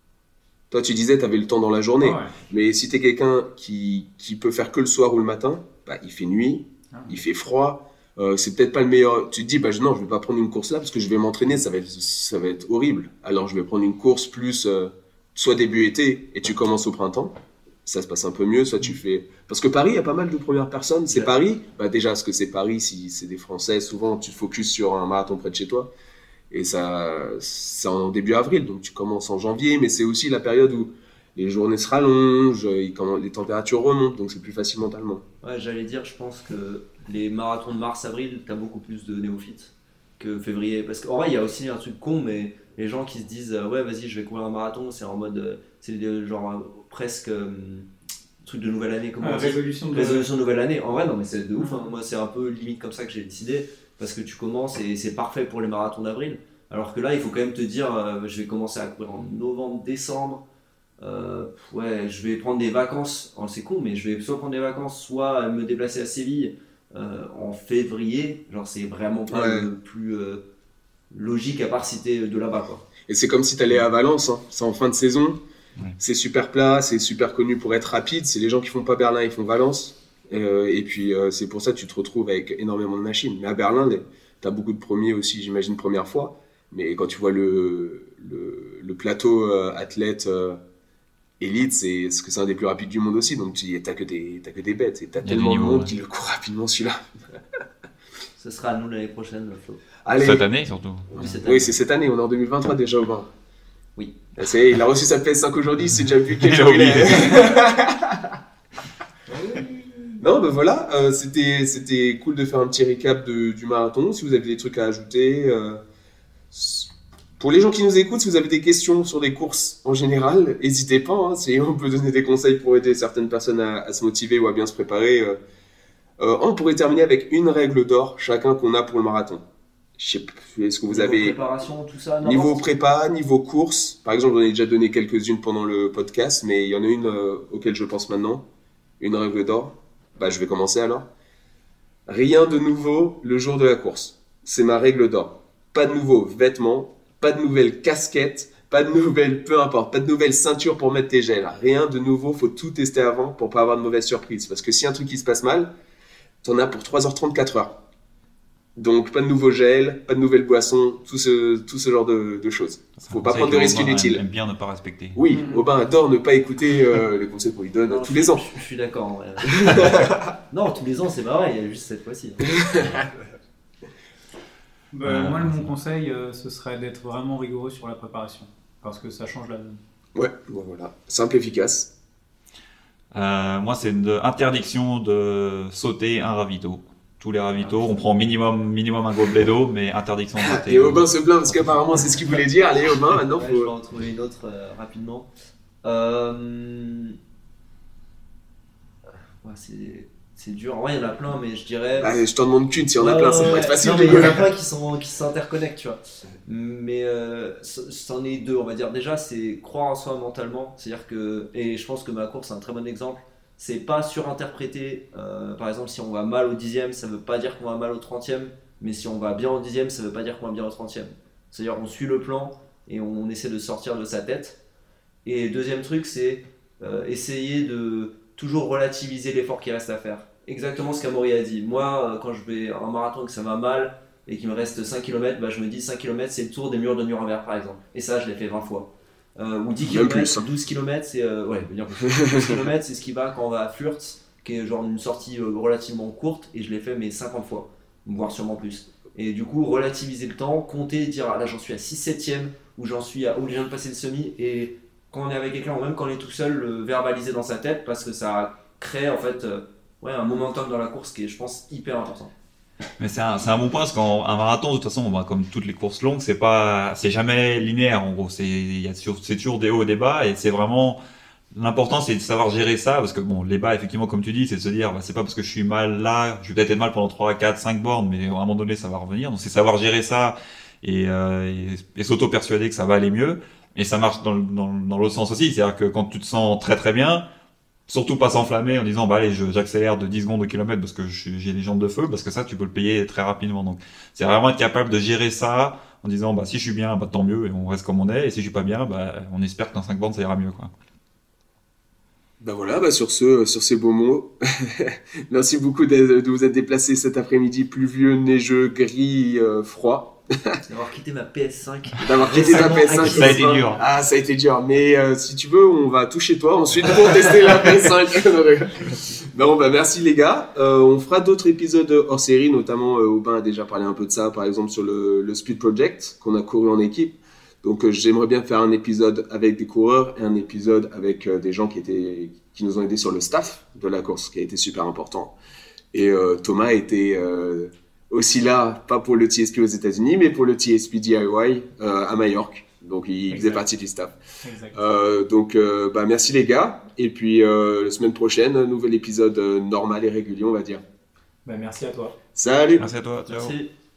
Toi, tu disais, tu avais le temps dans la journée. Ah ouais. Mais si tu es quelqu'un qui, qui peut faire que le soir ou le matin, bah, il fait nuit, ah ouais. il fait froid, euh, c'est peut-être pas le meilleur. Tu te dis, bah, non, je vais pas prendre une course là parce que je vais m'entraîner, ça va être, ça va être horrible. Alors, je vais prendre une course plus, euh, soit début été et tu commences au printemps. Ça se passe un peu mieux, soit tu fais... Parce que Paris, il y a pas mal de premières personnes. C'est ouais. Paris, bah déjà, parce que c'est Paris, si c'est des Français, souvent, tu te focuses sur un marathon près de chez toi. Et ça, c'est en début avril, donc tu commences en janvier, mais c'est aussi la période où les journées se rallongent, les températures remontent, donc c'est plus facile mentalement. Ouais, j'allais dire, je pense que les marathons de mars-avril, t'as beaucoup plus de néophytes que février. Parce qu'en vrai, il y a aussi un truc con, mais les gens qui se disent « Ouais, vas-y, je vais courir un marathon », c'est en mode... C'est genre... presque euh, truc de nouvelle année, comment ah, résolution, de... résolution de nouvelle année. En vrai, non, mais c'est de ouf. Hein. Moi, c'est un peu limite comme ça que j'ai décidé parce que tu commences et c'est parfait pour les marathons d'avril. Alors que là, il faut quand même te dire, euh, je vais commencer à courir en novembre, décembre. Euh, ouais, je vais prendre des vacances. Oh, c'est con, mais je vais soit prendre des vacances, soit me déplacer à Séville euh, en février. Genre, c'est vraiment pas ouais. le plus euh, logique à part si t'es de là-bas, quoi. Et c'est comme si t'allais à Valence. Hein. C'est en fin de saison. Ouais. C'est super plat, c'est super connu pour être rapide. C'est les gens qui font pas Berlin, ils font Valence. Et, euh, et puis euh, c'est pour ça que tu te retrouves avec énormément de machines. Mais à Berlin, tu as beaucoup de premiers aussi, j'imagine, première fois. Mais quand tu vois le, le, le plateau euh, athlète euh, élite, c'est ce que c'est un des plus rapides du monde aussi. Donc tu n'as que, que des bêtes. Et tu as tellement de monde ouais. qui le court rapidement celui-là. Ce sera à nous l'année prochaine, Flo. Allez. Cette année surtout. Oui, cette année. Oui, c'est cette année. On est en deux mille vingt-trois déjà au bain. Oui. C'est, il a reçu sa P S cinq aujourd'hui, c'est déjà vu quel jour il est. Non, ben voilà, euh, c'était, c'était cool de faire un petit récap de, du marathon. Si vous avez des trucs à ajouter, euh, pour les gens qui nous écoutent, si vous avez des questions sur des courses en général, n'hésitez pas. Hein, c'est, on peut donner des conseils pour aider certaines personnes à, à se motiver ou à bien se préparer. Euh, euh, on pourrait terminer avec une règle d'or chacun qu'on a pour le marathon. Je sais pas, est-ce que vous niveau avez préparation, tout ça, niveau prépa, niveau course, par exemple, j'en ai déjà donné quelques-unes pendant le podcast, mais il y en a une euh, auquel je pense maintenant, une règle d'or. Bah, je vais commencer alors. Rien de nouveau le jour de la course. C'est ma règle d'or. Pas de nouveaux vêtements, pas de nouvelles casquettes, pas de nouvelles, peu importe, pas de nouvelles ceintures pour mettre tes gels. Rien de nouveau, faut tout tester avant pour pas avoir de mauvaises surprises. Parce que si un truc qui se passe mal, t'en as pour trois heures trente, quatre heures. Donc, pas de nouveaux gels, pas de nouvelles boissons, tout ce, tout ce genre de, de choses. Il ne faut pas prendre de risques inutiles. Aime bien ne pas respecter. Oui, mmh. Aubin adore ne pas écouter euh, les conseils qu'on lui donne non, tous les ans. Je, je suis d'accord. Ouais. Non, tous les ans, c'est pareil, il y a juste cette fois-ci. bah, euh, moi, mon conseil, euh, ce serait d'être vraiment rigoureux sur la préparation. Parce que ça change la donne. Ouais, bon, voilà. Simple, efficace. Euh, moi, c'est une interdiction de sauter un ravito. Tous les ravitaux, on prend minimum, minimum un gobelet d'eau, mais interdiction de sauter. Et Aubin se plaint parce qu'apparemment c'est ce qu'il voulait dire. Allez Aubin, maintenant Ouais, faut... je vais en trouver une autre euh, rapidement. Euh... Ouais, c'est... c'est dur. En vrai, il y en a plein, mais je dirais. Allez, je t'en demande qu'une, si on a Ouais, plein, ça ouais, pourrait être ouais. facile. Non, mais il y en a plein qui sont qui s'interconnectent, tu vois. Mais euh, c'en est deux, on va dire. Déjà, c'est croire en soi mentalement. C'est-à-dire que, et je pense que ma course c'est un très bon exemple. C'est pas surinterpréter. Euh, par exemple, si on va mal au dixième, ça veut pas dire qu'on va mal au trentième. Mais si on va bien au dixième, ça veut pas dire qu'on va bien au trentième. C'est-à-dire, on suit le plan et on essaie de sortir de sa tête. Et deuxième truc, c'est euh, essayer de toujours relativiser l'effort qui reste à faire. Exactement ce qu'Amaury a dit. Moi, quand je vais à un marathon et que ça va mal et qu'il me reste cinq kilomètres, bah, je me dis cinq kilomètres, c'est le tour des murs de Nuremberg, par exemple. Et ça, je l'ai fait vingt fois. Euh, ou dix kilomètres, douze kilomètres, c'est, euh, ouais, bien plus. douze kilomètres, c'est ce qui va quand on va à Fürth, qui est genre une sortie euh, relativement courte, et je l'ai fait mais cinquante fois, voire sûrement plus. Et du coup, relativiser le temps, compter, dire ah, là j'en suis à six septièmes, ou j'en suis à, ou je viens de passer le semi, et quand on est avec quelqu'un, ou même quand on est tout seul, le verbaliser dans sa tête, parce que ça crée en fait euh, ouais, un momentum dans la course qui est, je pense, hyper important. Mais c'est un, c'est un bon point parce qu'un marathon, de toute façon, bah, comme toutes les courses longues, c'est pas, c'est jamais linéaire en gros. C'est, il y a toujours, c'est toujours des hauts et des bas et c'est vraiment l'important, c'est de savoir gérer ça parce que bon, les bas, effectivement, comme tu dis, c'est de se dire, bah, c'est pas parce que je suis mal là, je vais peut-être être mal pendant trois, quatre, cinq bornes, mais à un moment donné, ça va revenir. Donc c'est savoir gérer ça et, euh, et, et s'auto-persuader que ça va aller mieux. Et ça marche dans, dans, dans l'autre sens aussi, c'est-à-dire que quand tu te sens très très bien. Surtout pas s'enflammer en disant bah allez je, j'accélère de dix secondes au kilomètre parce que je, j'ai les jambes de feu, parce que ça tu peux le payer très rapidement. Donc c'est vraiment être capable de gérer ça en disant bah si je suis bien bah tant mieux et on reste comme on est, et si je suis pas bien bah on espère que dans cinq bornes ça ira mieux quoi. Ben voilà, bah sur, ce, sur ces beaux mots, merci beaucoup de, de vous être déplacé cet après-midi pluvieux, neigeux, gris, euh, froid. D'avoir quitté ma P S cinq. D'avoir quitté ta P S cinq. Ça a été dur. Ah, ça a été dur. Mais euh, si tu veux, on va tout chez toi ensuite pour tester la P S cinq. Non, bah merci les gars. Euh, on fera d'autres épisodes hors série, notamment euh, Aubin a déjà parlé un peu de ça, par exemple sur le, le Speed Project qu'on a couru en équipe. Donc euh, j'aimerais bien faire un épisode avec des coureurs et un épisode avec euh, des gens qui étaient qui nous ont aidés sur le staff de la course, qui a été super important. Et euh, Thomas a été euh, aussi là, pas pour le T S P aux États-Unis, mais pour le T S P D I Y euh, à Majorque. Donc il exact. faisait partie du staff. Euh, donc euh, bah, merci les gars. Et puis euh, la semaine prochaine, un nouvel épisode euh, normal et régulier, on va dire. Bah, merci à toi. Salut. Merci à toi. Ciao. Merci.